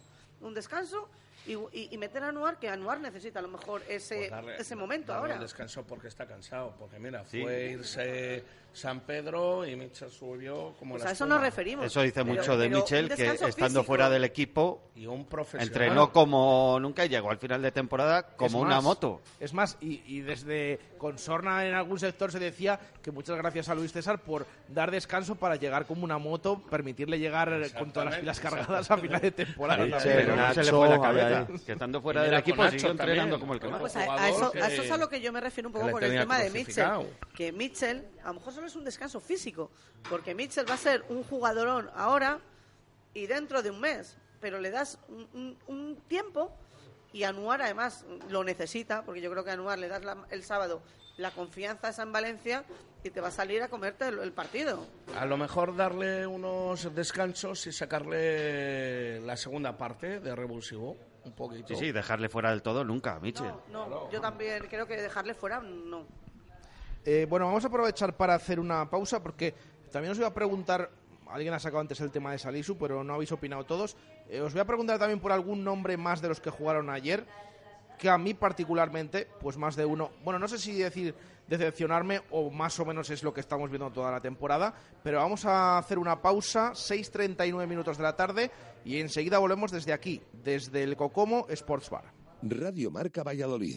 y meter a Anwar, que Anwar necesita a lo mejor ese momento darle ahora. un descanso porque está cansado, porque mira, Sí. fue irse San Pedro y Mitchell subió como Pues la a eso espuma. nos referimos. Eso dice Pero- mucho de pero Mitchell, un que descanso estando físico. fuera del equipo, Y un profesional. entrenó como nunca y llegó al final de temporada como Es una más, moto. Es más, y desde Consorna en algún sector se decía que muchas gracias a Luis César por dar descanso para llegar como una moto, permitirle llegar con todas las pilas cargadas a final de temporada. Sí, también. sí, Pero no se le Nacho, fue la ahí, cabeza, ahí. que estando fuera Y del mira, equipo con siguió Nacho entrenando también. como el que más. Pues Jugador a eso que- es a lo que yo me refiero un que poco le con el tenía tema de Mitchell. crucificado. Que Mitchell, a lo mejor solo es un descanso físico, porque Mitchell va a ser un jugadorón ahora y dentro de un mes, pero le das un tiempo y Anwar además lo necesita, porque yo creo que a Anwar le das el sábado la confianza esa en Valencia y te va a salir a comerte el partido. A lo mejor darle unos descansos y sacarle la segunda parte de revulsivo, un poquito. Sí, dejarle fuera del todo nunca, Mitchell. No, yo también creo que dejarle fuera no. Bueno, vamos a aprovechar para hacer una pausa porque también os voy a preguntar, alguien ha sacado antes el tema de Salisu, pero no habéis opinado todos. Os voy a preguntar también por algún nombre más de los que jugaron ayer, que a mí particularmente, pues más de uno, bueno, no sé si decir decepcionarme o más o menos es lo que estamos viendo toda la temporada, pero vamos a hacer una pausa, 6:39 minutos de la tarde, y enseguida volvemos desde aquí, desde el Cocomo Sports Bar. Radio Marca Valladolid,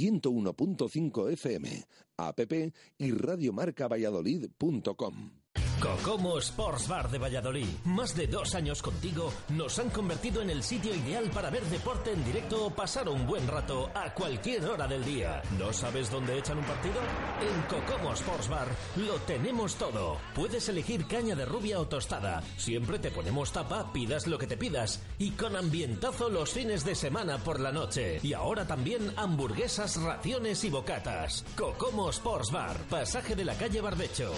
101.5 FM, app y radiomarcavalladolid.com. Cocomo Sports Bar de Valladolid. Más de 2 años contigo nos han convertido en el sitio ideal para ver deporte en directo o pasar un buen rato a cualquier hora del día. ¿No sabes dónde echan un partido? En Cocomo Sports Bar lo tenemos todo. Puedes elegir caña de rubia o tostada. Siempre te ponemos tapa, pidas lo que te pidas. Y con ambientazo los fines de semana por la noche. Y ahora también hamburguesas, raciones y bocatas. Cocomo Sports Bar, pasaje de la calle Barbecho.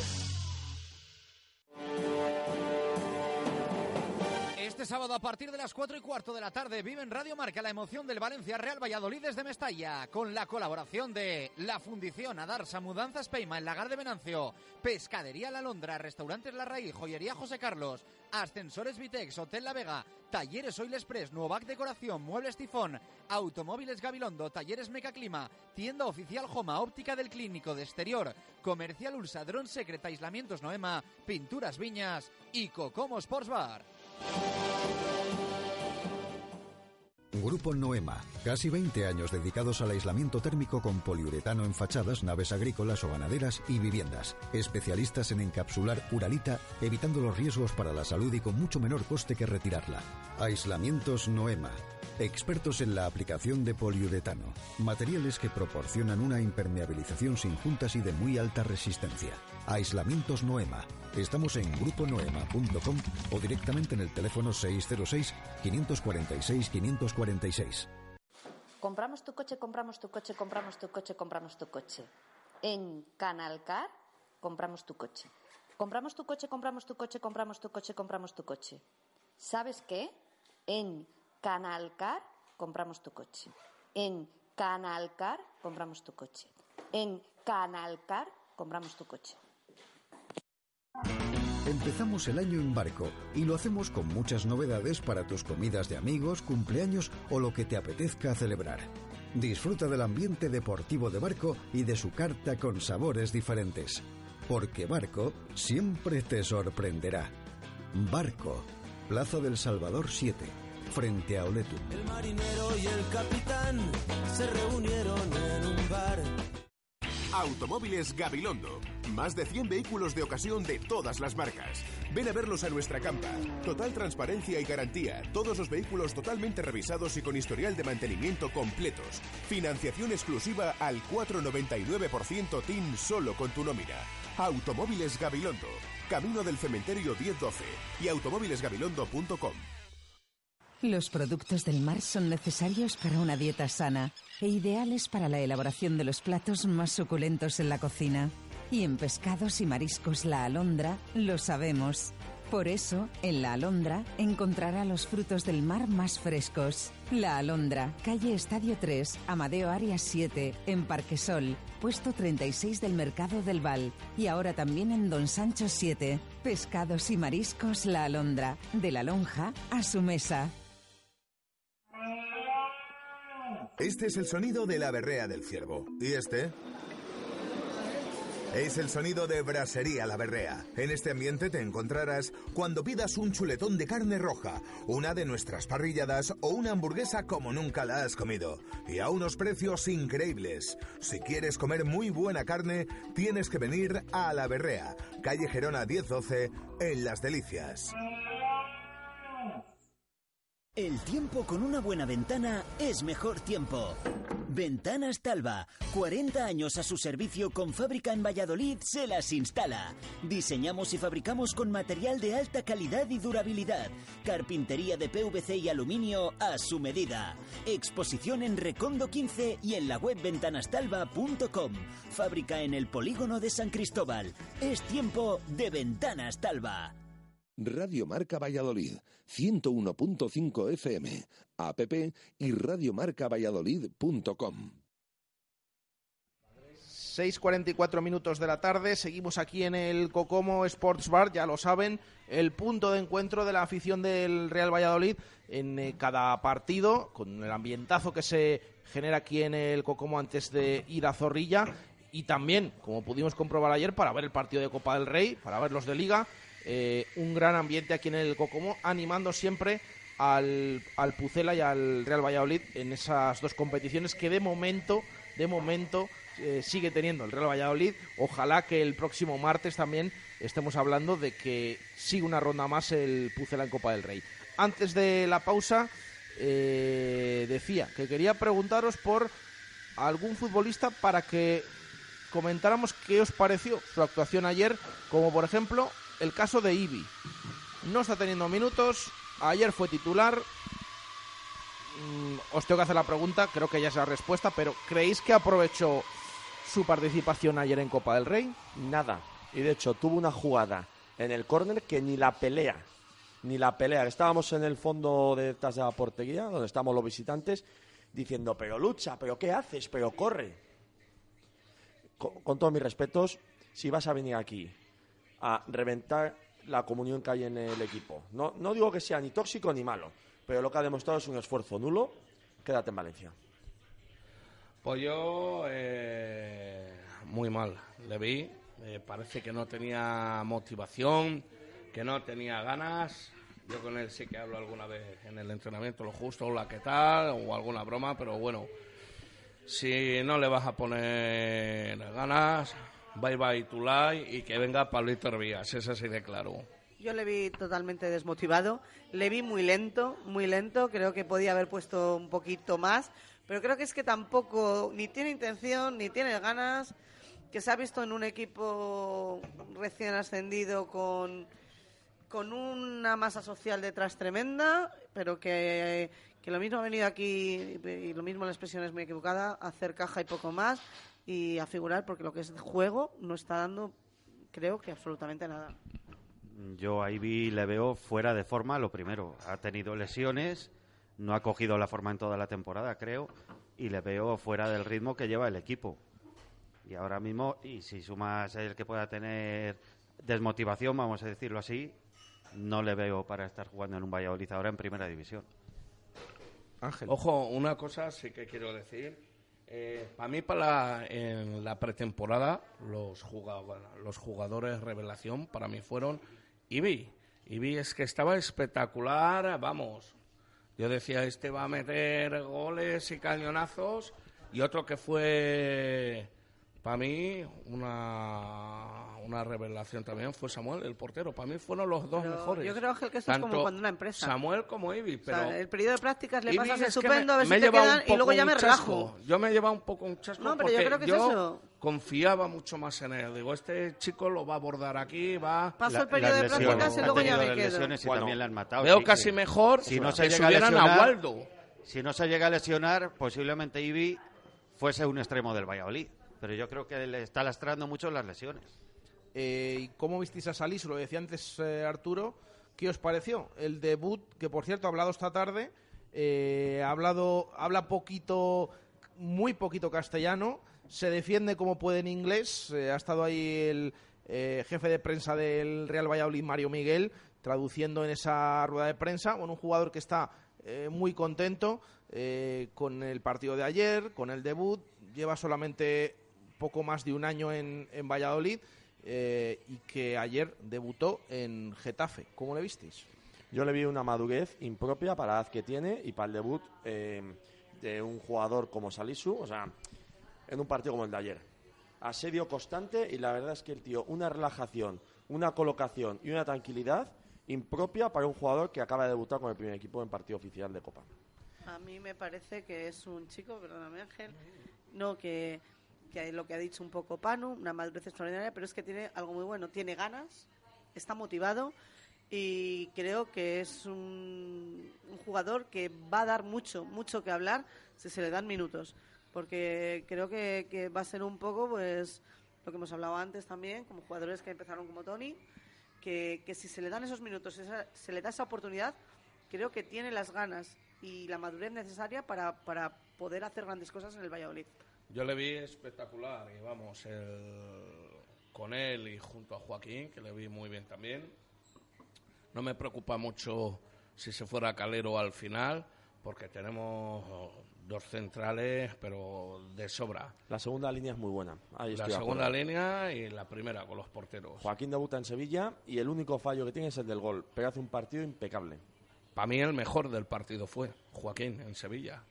Este sábado a partir de las 4:15 de la tarde vive en Radio Marca la emoción del Valencia Real Valladolid desde Mestalla, con la colaboración de La Fundición Adarsa, Mudanzas Peima, El Lagar de Venancio, Pescadería La Londra, Restaurantes La Raíz, Joyería José Carlos, Ascensores Vitex, Hotel La Vega, Talleres Oil Express, Nuovac Decoración, Muebles Tifón, Automóviles Gabilondo, Talleres Mecaclima, Tienda Oficial Joma, Óptica del Clínico de Exterior, Comercial Ulsa, Dron Secret, Aislamientos Noema, Pinturas Viñas y Cocomo Sports Bar. Grupo Noema, casi 20 años dedicados al aislamiento térmico con poliuretano en fachadas, naves agrícolas o ganaderas y viviendas. Especialistas en encapsular uralita, evitando los riesgos para la salud y con mucho menor coste que retirarla. Aislamientos Noema. Expertos en la aplicación de poliuretano, materiales que proporcionan una impermeabilización sin juntas y de muy alta resistencia. Aislamientos Noema. Estamos en gruponoema.com o directamente en el teléfono 606 546 546. Compramos tu coche, compramos tu coche, compramos tu coche, compramos tu coche. En Canalcar compramos tu coche. Compramos tu coche, compramos tu coche, compramos tu coche, compramos tu coche. ¿Sabes qué? En Canalcar compramos tu coche. En Canalcar compramos tu coche. En Canalcar compramos tu coche. Empezamos el año en barco y lo hacemos con muchas novedades para tus comidas de amigos, cumpleaños o lo que te apetezca celebrar. Disfruta del ambiente deportivo de Barco y de su carta con sabores diferentes. Porque Barco siempre te sorprenderá. Barco, Plaza del Salvador 7, frente a Oletum. El marinero y el capitán se reunieron en un bar. Automóviles Gabilondo. Más de 100 vehículos de ocasión de todas las marcas. Ven a verlos a nuestra campa. Total transparencia y garantía. Todos los vehículos totalmente revisados y con historial de mantenimiento completos. Financiación exclusiva al 4,99% TIN solo con tu nómina. Automóviles Gabilondo. Camino del Cementerio 1012 y automóvilesgabilondo.com. Los productos del mar son necesarios para una dieta sana e ideales para la elaboración de los platos más suculentos en la cocina. Y en pescados y mariscos La Alondra lo sabemos. Por eso, en La Alondra encontrará los frutos del mar más frescos. La Alondra, calle Estadio 3, Amadeo Arias 7, en Parquesol, puesto 36 del Mercado del Val. Y ahora también en Don Sancho 7. Pescados y mariscos La Alondra, de la lonja a su mesa. Este es el sonido de la berrea del ciervo. ¿Y este? Es el sonido de Brasería La Berrea. En este ambiente te encontrarás cuando pidas un chuletón de carne roja, una de nuestras parrilladas o una hamburguesa como nunca la has comido. Y a unos precios increíbles. Si quieres comer muy buena carne, tienes que venir a La Berrea, calle Gerona 1012, en Las Delicias. El tiempo con una buena ventana es mejor tiempo. Ventanas Talva, 40 años a su servicio, con fábrica en Valladolid, se las instala. Diseñamos y fabricamos con material de alta calidad y durabilidad. Carpintería de PVC y aluminio a su medida. Exposición en Recondo 15 y en la web ventanastalva.com. Fábrica en el polígono de San Cristóbal. Es tiempo de Ventanas Talva. Radio Marca Valladolid, 101.5 FM, app y radiomarcavalladolid.com. 6:44 minutos de la tarde, seguimos aquí en el Cocomo Sports Bar, ya lo saben, el punto de encuentro de la afición del Real Valladolid en cada partido, con el ambientazo que se genera aquí en el Cocomo antes de ir a Zorrilla, y también, como pudimos comprobar ayer, para ver el partido de Copa del Rey, para ver los de Liga. Un gran ambiente aquí en el Cocomo, animando siempre al Pucela y al Real Valladolid en esas dos competiciones que de momento sigue teniendo el Real Valladolid. Ojalá que el próximo martes también estemos hablando de que sigue una ronda más el Pucela en Copa del Rey. Antes de la pausa decía que quería preguntaros por algún futbolista para que comentáramos qué os pareció su actuación ayer, como por ejemplo el caso de Ibi. No está teniendo minutos, ayer fue titular. Os tengo que hacer la pregunta, creo que ya es la respuesta, pero ¿creéis que aprovechó su participación ayer en Copa del Rey? Nada. Y de hecho tuvo una jugada en el córner que ni la pelea. Estábamos en el fondo detrás de la portería, donde estamos los visitantes, diciendo, pero lucha, pero ¿qué haces? Pero corre. Con todos mis respetos, si vas a venir aquí a reventar la comunión que hay en el equipo, no digo que sea ni tóxico ni malo, pero lo que ha demostrado es un esfuerzo nulo, quédate en Valencia. Pues yo muy mal le vi, parece que no tenía motivación, que no tenía ganas. Yo con él sí que hablo alguna vez en el entrenamiento, lo justo, hola, ¿qué tal? O alguna broma, pero bueno, si no le vas a poner ganas, bye bye to life, y que venga Pablito Hervías, es así de claro. Yo le vi totalmente desmotivado, le vi muy lento, creo que podía haber puesto un poquito más, pero creo que es que tampoco ni tiene intención ni tiene ganas, que se ha visto en un equipo recién ascendido con una masa social detrás tremenda, pero que lo mismo ha venido aquí, y lo mismo la expresión es muy equivocada, a hacer caja y poco más, y a figurar, porque lo que es juego no está dando, creo que absolutamente nada. Yo a Ivi le veo fuera de forma, lo primero. Ha tenido lesiones, no ha cogido la forma en toda la temporada, creo, y le veo fuera del ritmo que lleva el equipo. Y ahora mismo, y si sumas el que pueda tener desmotivación, vamos a decirlo así, no le veo para estar jugando en un Valladolid ahora en primera división. Ángel. Ojo, una cosa sí que quiero decir. Para mí, en la pretemporada, los jugadores revelación para mí fueron Ivi. Ivi es que estaba espectacular, vamos. Yo decía, este va a meter goles y cañonazos. Y otro que fue, para mí, una revelación también fue Samuel, el portero. Para mí fueron los dos mejores. Yo creo, Ángel, que esto es como cuando una empresa. Samuel como Ivi. Pero o sea, el periodo de prácticas le Ivi pasas es estupendo, a ver me si te lleva quedan, y luego ya me relajo. Yo me he llevado un poco un chasco, no, pero porque yo creo que es eso. Confiaba mucho más en él. Digo, este chico lo va a abordar aquí, va... Paso el periodo de prácticas y luego ya me quedo. Lesiones y también le han matado. Veo casi mejor si no se llega a lesionar, a Waldo. Si no se llega a lesionar, posiblemente Ivi fuese un extremo del Valladolid. Pero yo creo que le está lastrando mucho las lesiones. ¿Y cómo visteis a Salisu? Lo decía antes Arturo. ¿Qué os pareció? El debut, que por cierto ha hablado esta tarde, habla muy poquito castellano, se defiende como puede en inglés. Ha estado ahí el jefe de prensa del Real Valladolid, Mario Miguel, traduciendo en esa rueda de prensa. Bueno, un jugador que está muy contento con el partido de ayer, con el debut. Lleva solamente poco más de un año en Valladolid y que ayer debutó en Getafe. ¿Cómo le visteis? Yo le vi una madurez impropia para la edad que tiene y para el debut de un jugador como Salisu, o sea, en un partido como el de ayer. Asedio constante y la verdad es que el tío, una relajación, una colocación y una tranquilidad impropia para un jugador que acaba de debutar con el primer equipo en partido oficial de Copa. A mí me parece que es un chico, perdóname Ángel, no que lo que ha dicho un poco Panu, una madurez extraordinaria, pero es que tiene algo muy bueno, tiene ganas, está motivado y creo que es un jugador que va a dar mucho que hablar si se le dan minutos, porque creo que va a ser un poco pues lo que hemos hablado antes también, como jugadores que empezaron como Toni, que si se le dan esos minutos, se le da esa oportunidad, creo que tiene las ganas y la madurez necesaria para poder hacer grandes cosas en el Valladolid. Yo le vi espectacular y vamos, con él y junto a Joaquín, que le vi muy bien también. No me preocupa mucho si se fuera Calero al final, porque tenemos dos centrales, pero de sobra. La segunda línea es muy buena. La segunda línea y la primera con los porteros. Joaquín debuta en Sevilla y el único fallo que tiene es el del gol, pero hace un partido impecable. Para mí el mejor del partido fue Joaquín en Sevilla.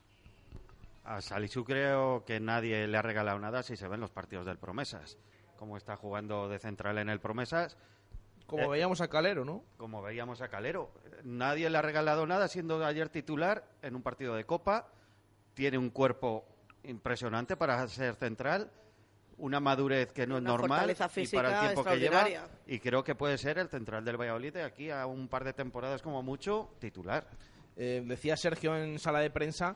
A Salisu creo que nadie le ha regalado nada si se ven los partidos del Promesas. Como está jugando de central en el Promesas. Como veíamos a Calero, ¿no? Como veíamos a Calero. Nadie le ha regalado nada siendo ayer titular en un partido de Copa. Tiene un cuerpo impresionante para ser central. Una madurez que no es normal y para el tiempo que lleva. Y creo que puede ser el central del Valladolid de aquí a un par de temporadas como mucho titular. Decía Sergio en sala de prensa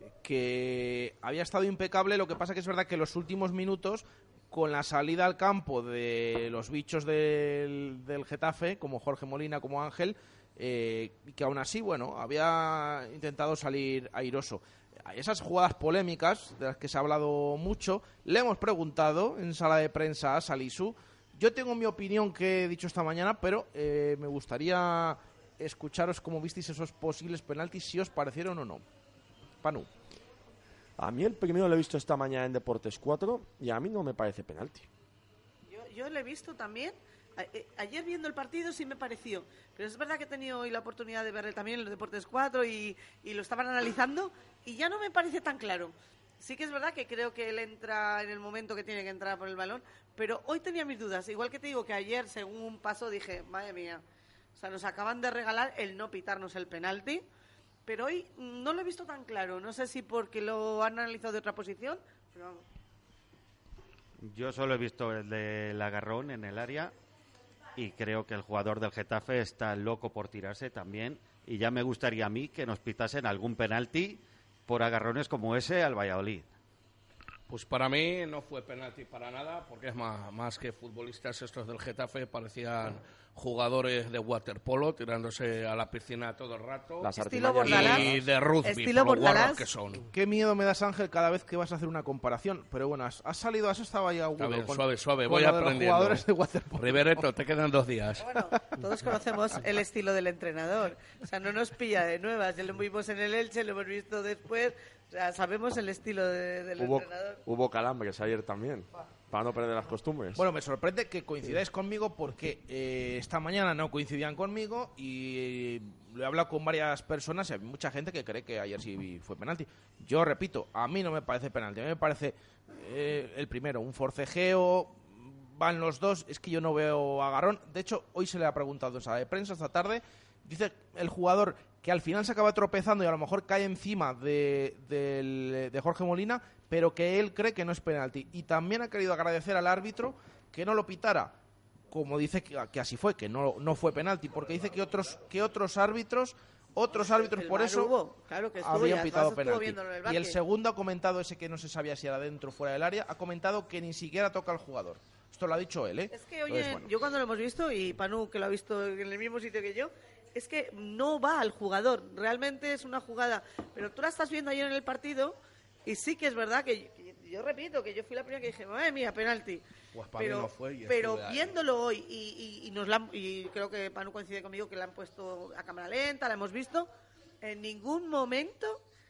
que había estado impecable, lo que pasa que es verdad que los últimos minutos, con la salida al campo de los bichos del Getafe, como Jorge Molina, como Ángel, que aún así, bueno, había intentado salir airoso. Esas jugadas polémicas, de las que se ha hablado mucho, le hemos preguntado en sala de prensa a Salisu. Yo tengo mi opinión que he dicho esta mañana, pero me gustaría escucharos cómo visteis esos posibles penaltis, si os parecieron o no. Panu. A mí el primero lo he visto esta mañana en Deportes 4 y a mí no me parece penalti. Yo lo he visto también. Ayer viendo el partido sí me pareció, pero es verdad que he tenido hoy la oportunidad de verle también en los Deportes 4 y lo estaban analizando y ya no me parece tan claro. Sí que es verdad que creo que él entra en el momento que tiene que entrar por el balón, pero hoy tenía mis dudas. Igual que te digo que ayer, según pasó, dije, madre mía, o sea, nos acaban de regalar el no pitarnos el penalti, pero hoy no lo he visto tan claro. No sé si porque lo han analizado de otra posición, pero vamos. Yo solo he visto el del agarrón en el área y creo que el jugador del Getafe está loco por tirarse también, y ya me gustaría a mí que nos pitasen algún penalti por agarrones como ese al Valladolid. Pues para mí no fue penalti para nada, porque es más que futbolistas estos del Getafe, parecían jugadores de waterpolo tirándose a la piscina todo el rato. Estilo Bordalás. Y de rugby, Estilo por lo Bordalás. guarros que son. Qué miedo me das, Ángel, cada vez que vas a hacer una comparación. Pero bueno, has estado ahí agudo. Está bien, con, suave, con voy lo de aprendiendo. Los jugadores de waterpolo. Rivereto, te quedan 2 días. Bueno, todos conocemos el estilo del entrenador. O sea, no nos pilla de nuevas. Ya lo vimos en el Elche, lo hemos visto después. O sea, sabemos el estilo del entrenador. Hubo calambres ayer también, para no perder las costumbres. Bueno, me sorprende que coincidáis conmigo porque esta mañana no coincidían conmigo y lo he hablado con varias personas y hay mucha gente que cree que ayer sí fue penalti. Yo repito, a mí no me parece penalti, a mí me parece el primero, un forcejeo, van los dos, es que yo no veo agarrón. De hecho, hoy se le ha preguntado en sala de prensa esta tarde, dice el jugador que al final se acaba tropezando y a lo mejor cae encima de Jorge Molina, pero que él cree que no es penalti. Y también ha querido agradecer al árbitro que no lo pitara, como dice que así fue, que no fue penalti, porque dice que otros árbitros por eso claro que habían pitado penalti. Y el segundo ha comentado, ese que no se sabía si era dentro o fuera del área, ha comentado que ni siquiera toca al jugador. Esto lo ha dicho él, ¿eh? Es que, oye, entonces, bueno, yo cuando lo hemos visto, y Panu, que lo ha visto en el mismo sitio que yo, es que no va al jugador. Realmente es una jugada. Pero tú la estás viendo ayer en el partido y sí que es verdad que yo repito, que yo fui la primera que dije, madre mía, penalti. Pues para mí no fue. Pero viéndolo hoy y creo que Panu coincide conmigo que la han puesto a cámara lenta, la hemos visto, en ningún momento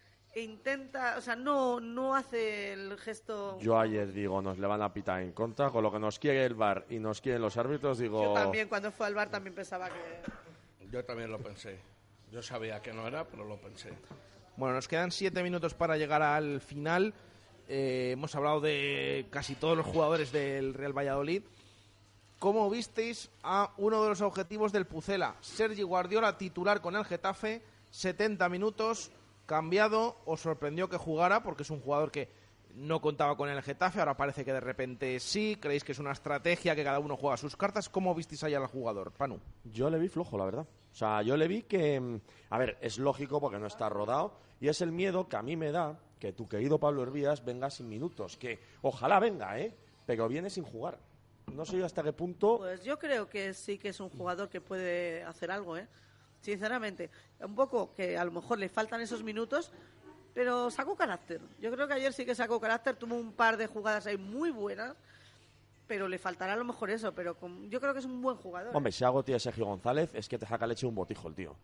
intenta, o sea, no hace el gesto. Yo ayer digo, nos le van a pitar en contra, con lo que nos quiere el VAR y nos quieren los árbitros, digo... Yo también, cuando fue al VAR también pensaba que... Yo también lo pensé. Yo sabía que no era, pero lo pensé. Bueno, nos quedan 7 minutos para llegar al final. Hemos hablado de casi todos los jugadores del Real Valladolid. ¿Cómo visteis a uno de los objetivos del Pucela? Sergi Guardiola, titular con el Getafe, 70 minutos, cambiado. ¿Os sorprendió que jugara? Porque es un jugador que no contaba con el Getafe, ahora parece que de repente sí. ¿Creéis que es una estrategia, que cada uno juega sus cartas? ¿Cómo visteis ahí al jugador, Panu? Yo le vi flojo, la verdad. O sea, yo le vi que... A ver, es lógico porque no está rodado y es el miedo que a mí me da que tu querido Pablo Hervías venga sin minutos. Que ojalá venga, pero viene sin jugar. No sé hasta qué punto... Pues yo creo que sí que es un jugador que puede hacer algo, sinceramente. Un poco que a lo mejor le faltan esos minutos, pero sacó carácter. Yo creo que ayer sí que sacó carácter, tuvo un par de jugadas ahí muy buenas, pero le faltará a lo mejor eso, pero yo creo que es un buen jugador. Hombre, si algo tiene Sergio González es que te saca leche de un botijo el tío.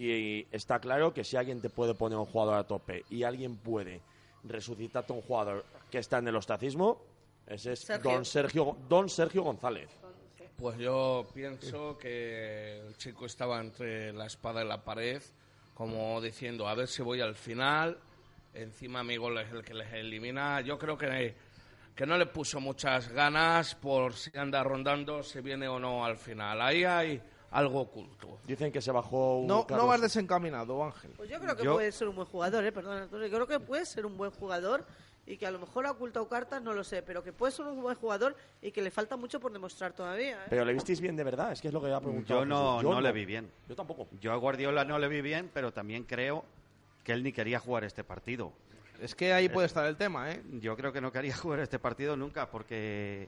Y está claro que si alguien te puede poner un jugador a tope y alguien puede resucitarte a un jugador que está en el ostracismo, ese es Don Sergio González. Pues yo pienso que el chico estaba entre la espada y la pared, como diciendo, a ver si voy al final, encima mi gol es el que les elimina. Yo creo que no le puso muchas ganas por si anda rondando, si viene o no al final. Ahí hay algo oculto. Dicen que se bajó... No vas desencaminado, Ángel. Pues yo creo que puede ser un buen jugador, perdón. Yo creo que puede ser un buen jugador y que a lo mejor ha ocultado cartas, no lo sé, pero que puede ser un buen jugador y que le falta mucho por demostrar todavía. ¿Pero le visteis bien de verdad? Es que es lo que había preguntado. Yo no le vi bien. Yo tampoco. Yo a Guardiola no le vi bien, pero también creo que él ni quería jugar este partido. Es que ahí puede estar el tema, Yo creo que no quería jugar este partido nunca, porque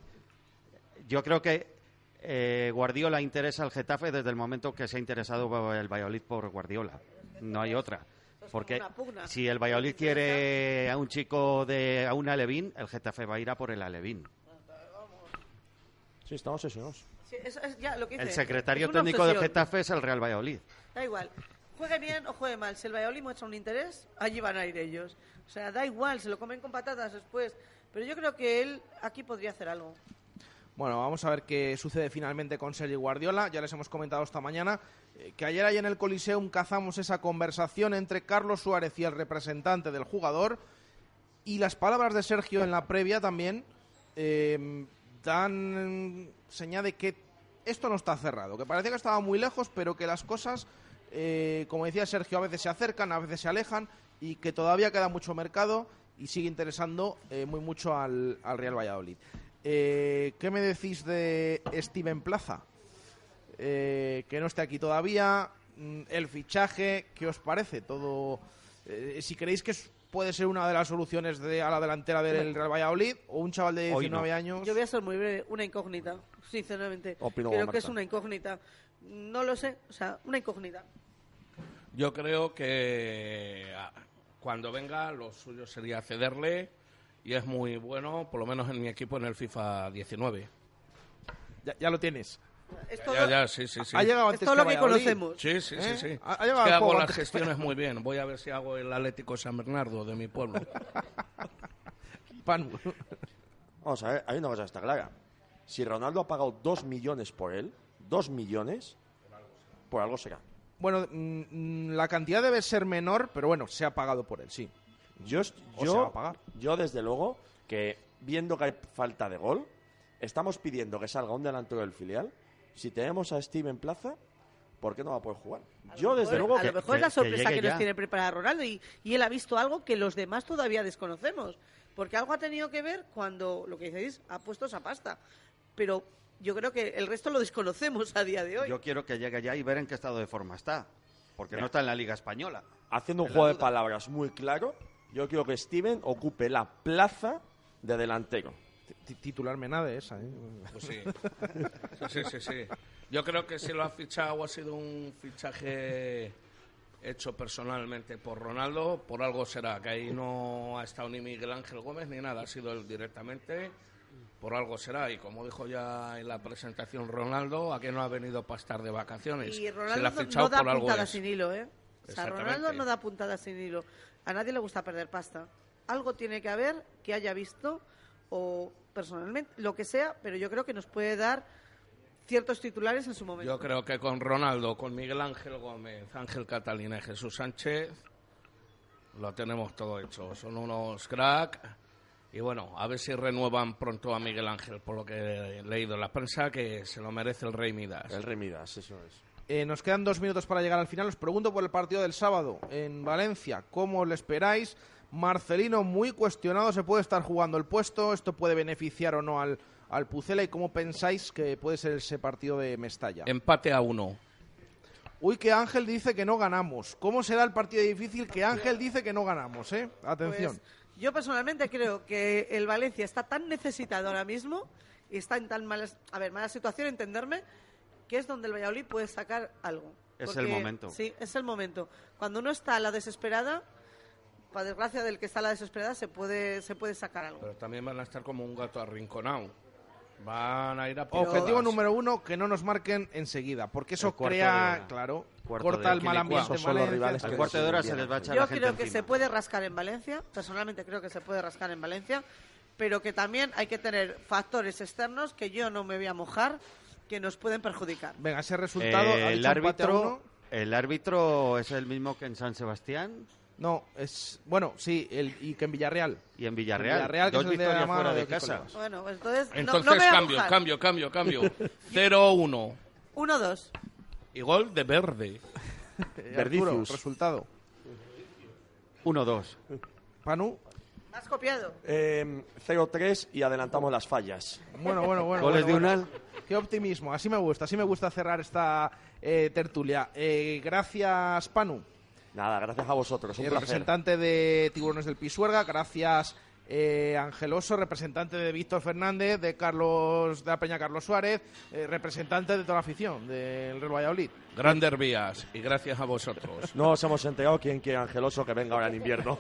yo creo que Guardiola interesa al Getafe desde el momento que se ha interesado el Valladolid por Guardiola. No hay otra. Porque si el Valladolid quiere a un chico a un Alevín, el Getafe va a ir a por el Alevín. Sí, estamos obsesionados. Sí, eso es ya lo que el secretario técnico del Getafe es el Real Valladolid. Da igual. Juegue bien o juegue mal, si el Valladolid muestra un interés, allí van a ir ellos. O sea, da igual, se lo comen con patatas después. Pero yo creo que él aquí podría hacer algo. Bueno, vamos a ver qué sucede finalmente con Sergi Guardiola. Ya les hemos comentado esta mañana que ayer ahí en el Coliseum cazamos esa conversación entre Carlos Suárez y el representante del jugador. Y las palabras de Sergio en la previa también se añade que esto no está cerrado, que parecía que estaba muy lejos, pero que las cosas, como decía Sergio, a veces se acercan, a veces se alejan, y que todavía queda mucho mercado y sigue interesando muy mucho al Real Valladolid. ¿Qué me decís de Steven Plaza? Que no esté aquí todavía, el fichaje, ¿qué os parece? Todo, si creéis que puede ser una de las soluciones a la delantera del Real Valladolid, o un chaval de 19 años. Yo voy a ser muy breve, una incógnita, sinceramente. Creo que es una incógnita. No lo sé, o sea, una incógnita. Yo creo que cuando venga lo suyo sería cederle, y es muy bueno, por lo menos en mi equipo en el FIFA 19. Ya lo tienes. Sí. Ha llegado antes todo lo que conocemos. Sí. Ha llegado que hago las gestiones muy bien. Voy a ver si hago el Atlético San Bernardo de mi pueblo. Vamos a ver, hay una cosa que está clara. Si Ronaldo ha pagado 2 millones por él, 2 millones, por algo será. Bueno, la cantidad debe ser menor, pero bueno, se ha pagado por él, sí. Yo desde luego, que viendo que hay falta de gol, estamos pidiendo que salga un delantero del filial. Si tenemos a Steven Plaza, ¿por qué no va a poder jugar? Yo desde luego a lo mejor es la sorpresa que nos tiene preparada Ronaldo, y él ha visto algo que los demás todavía desconocemos, porque algo ha tenido que ver cuando, lo que decís, ha puesto esa pasta, pero yo creo que el resto lo desconocemos a día de hoy. Yo quiero que llegue ya y ver en qué estado de forma está, porque no está en la Liga Española. Haciendo un juego de palabras muy claro, yo quiero que Steven ocupe la plaza de delantero. Titular Menade esa, ¿eh? Pues sí. Yo creo que si lo ha fichado ha sido un fichaje hecho personalmente por Ronaldo, por algo será, que ahí no ha estado ni Miguel Ángel Gómez ni nada, ha sido él directamente, por algo será, y como dijo ya en la presentación Ronaldo, aquí no ha venido para estar de vacaciones. Y Ronaldo se la ha fichado no da por algo puntadas sin hilo, ¿eh? O sea, Exactamente. Ronaldo no da puntadas sin hilo. A nadie le gusta perder pasta. Algo tiene que haber que haya visto, o personalmente, lo que sea, pero yo creo que nos puede dar ciertos titulares en su momento. Yo creo que con Ronaldo, con Miguel Ángel Gómez, Ángel Catalina y Jesús Sánchez, lo tenemos todo hecho. Son unos crack. Y bueno, a ver si renuevan pronto a Miguel Ángel, por lo que he leído en la prensa, que se lo merece el Rey Midas. El Rey Midas, eso es. Nos quedan 2 minutos para llegar al final. Os pregunto por el partido del sábado en Valencia. ¿Cómo lo esperáis? Marcelino muy cuestionado, se puede estar jugando el puesto. ¿Esto puede beneficiar o no al Pucela? ¿Y cómo pensáis que puede ser ese partido de Mestalla? Empate a 1. Uy, que Ángel dice que no ganamos. ¿Cómo será el partido difícil que Ángel dice que no ganamos? Atención. Pues, yo personalmente creo que el Valencia está tan necesitado ahora mismo y está en tan mala situación, entenderme, que es donde el Valladolid puede sacar algo. Es el momento. Sí, es el momento. Cuando uno está a la desesperada, para desgracia del que está a la desesperada, se puede sacar algo. Pero también van a estar como un gato arrinconado. Van a ir a Objetivo número 1, que no nos marquen enseguida, porque eso crea, corta el mal ambiente en Valencia. Al cuarto de hora se les va a echar Yo la gente creo que encima. se puede rascar en Valencia, personalmente creo que se puede rascar en Valencia, pero que también hay que tener factores externos que yo no me voy a mojar, que nos pueden perjudicar. Venga, ese resultado ha dicho empate a 1. ¿El árbitro es el mismo que en San Sebastián? No, bueno, sí, y que en Villarreal. Y en Villarreal, que dos es el de victorias la mano fuera de casa. Bueno, entonces no me voy a cambio. mojar. 0-1. 1-2. Y gol de Verde. Arturo, resultado. 1-2. Panu. ¿Has copiado? 0-3 y adelantamos las fallas. Bueno. ¿Goles de Unal? Qué optimismo, así me gusta cerrar esta tertulia. Gracias, Panu. Nada, gracias a vosotros, un placer. Representante de Tiburones del Pisuerga, gracias Angeloso, representante de Víctor Fernández, de la Peña Carlos Suárez, representante de toda la afición del Real Valladolid. Grandes vías, y gracias a vosotros. No os hemos enterado quién quiere Angeloso que venga ahora en invierno.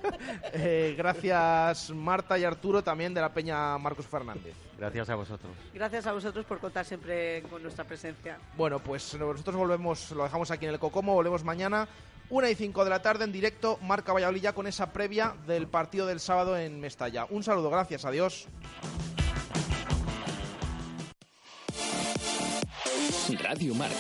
Gracias Marta y Arturo, también de la Peña Marcos Fernández. Gracias a vosotros. Gracias a vosotros por contar siempre con nuestra presencia. Bueno, pues nosotros volvemos, lo dejamos aquí en el Cocomo, volvemos mañana 1:05 de la tarde en directo, Marca Valladolid, ya con esa previa del partido del sábado en Mestalla. Un saludo, gracias, adiós. Radio Marca.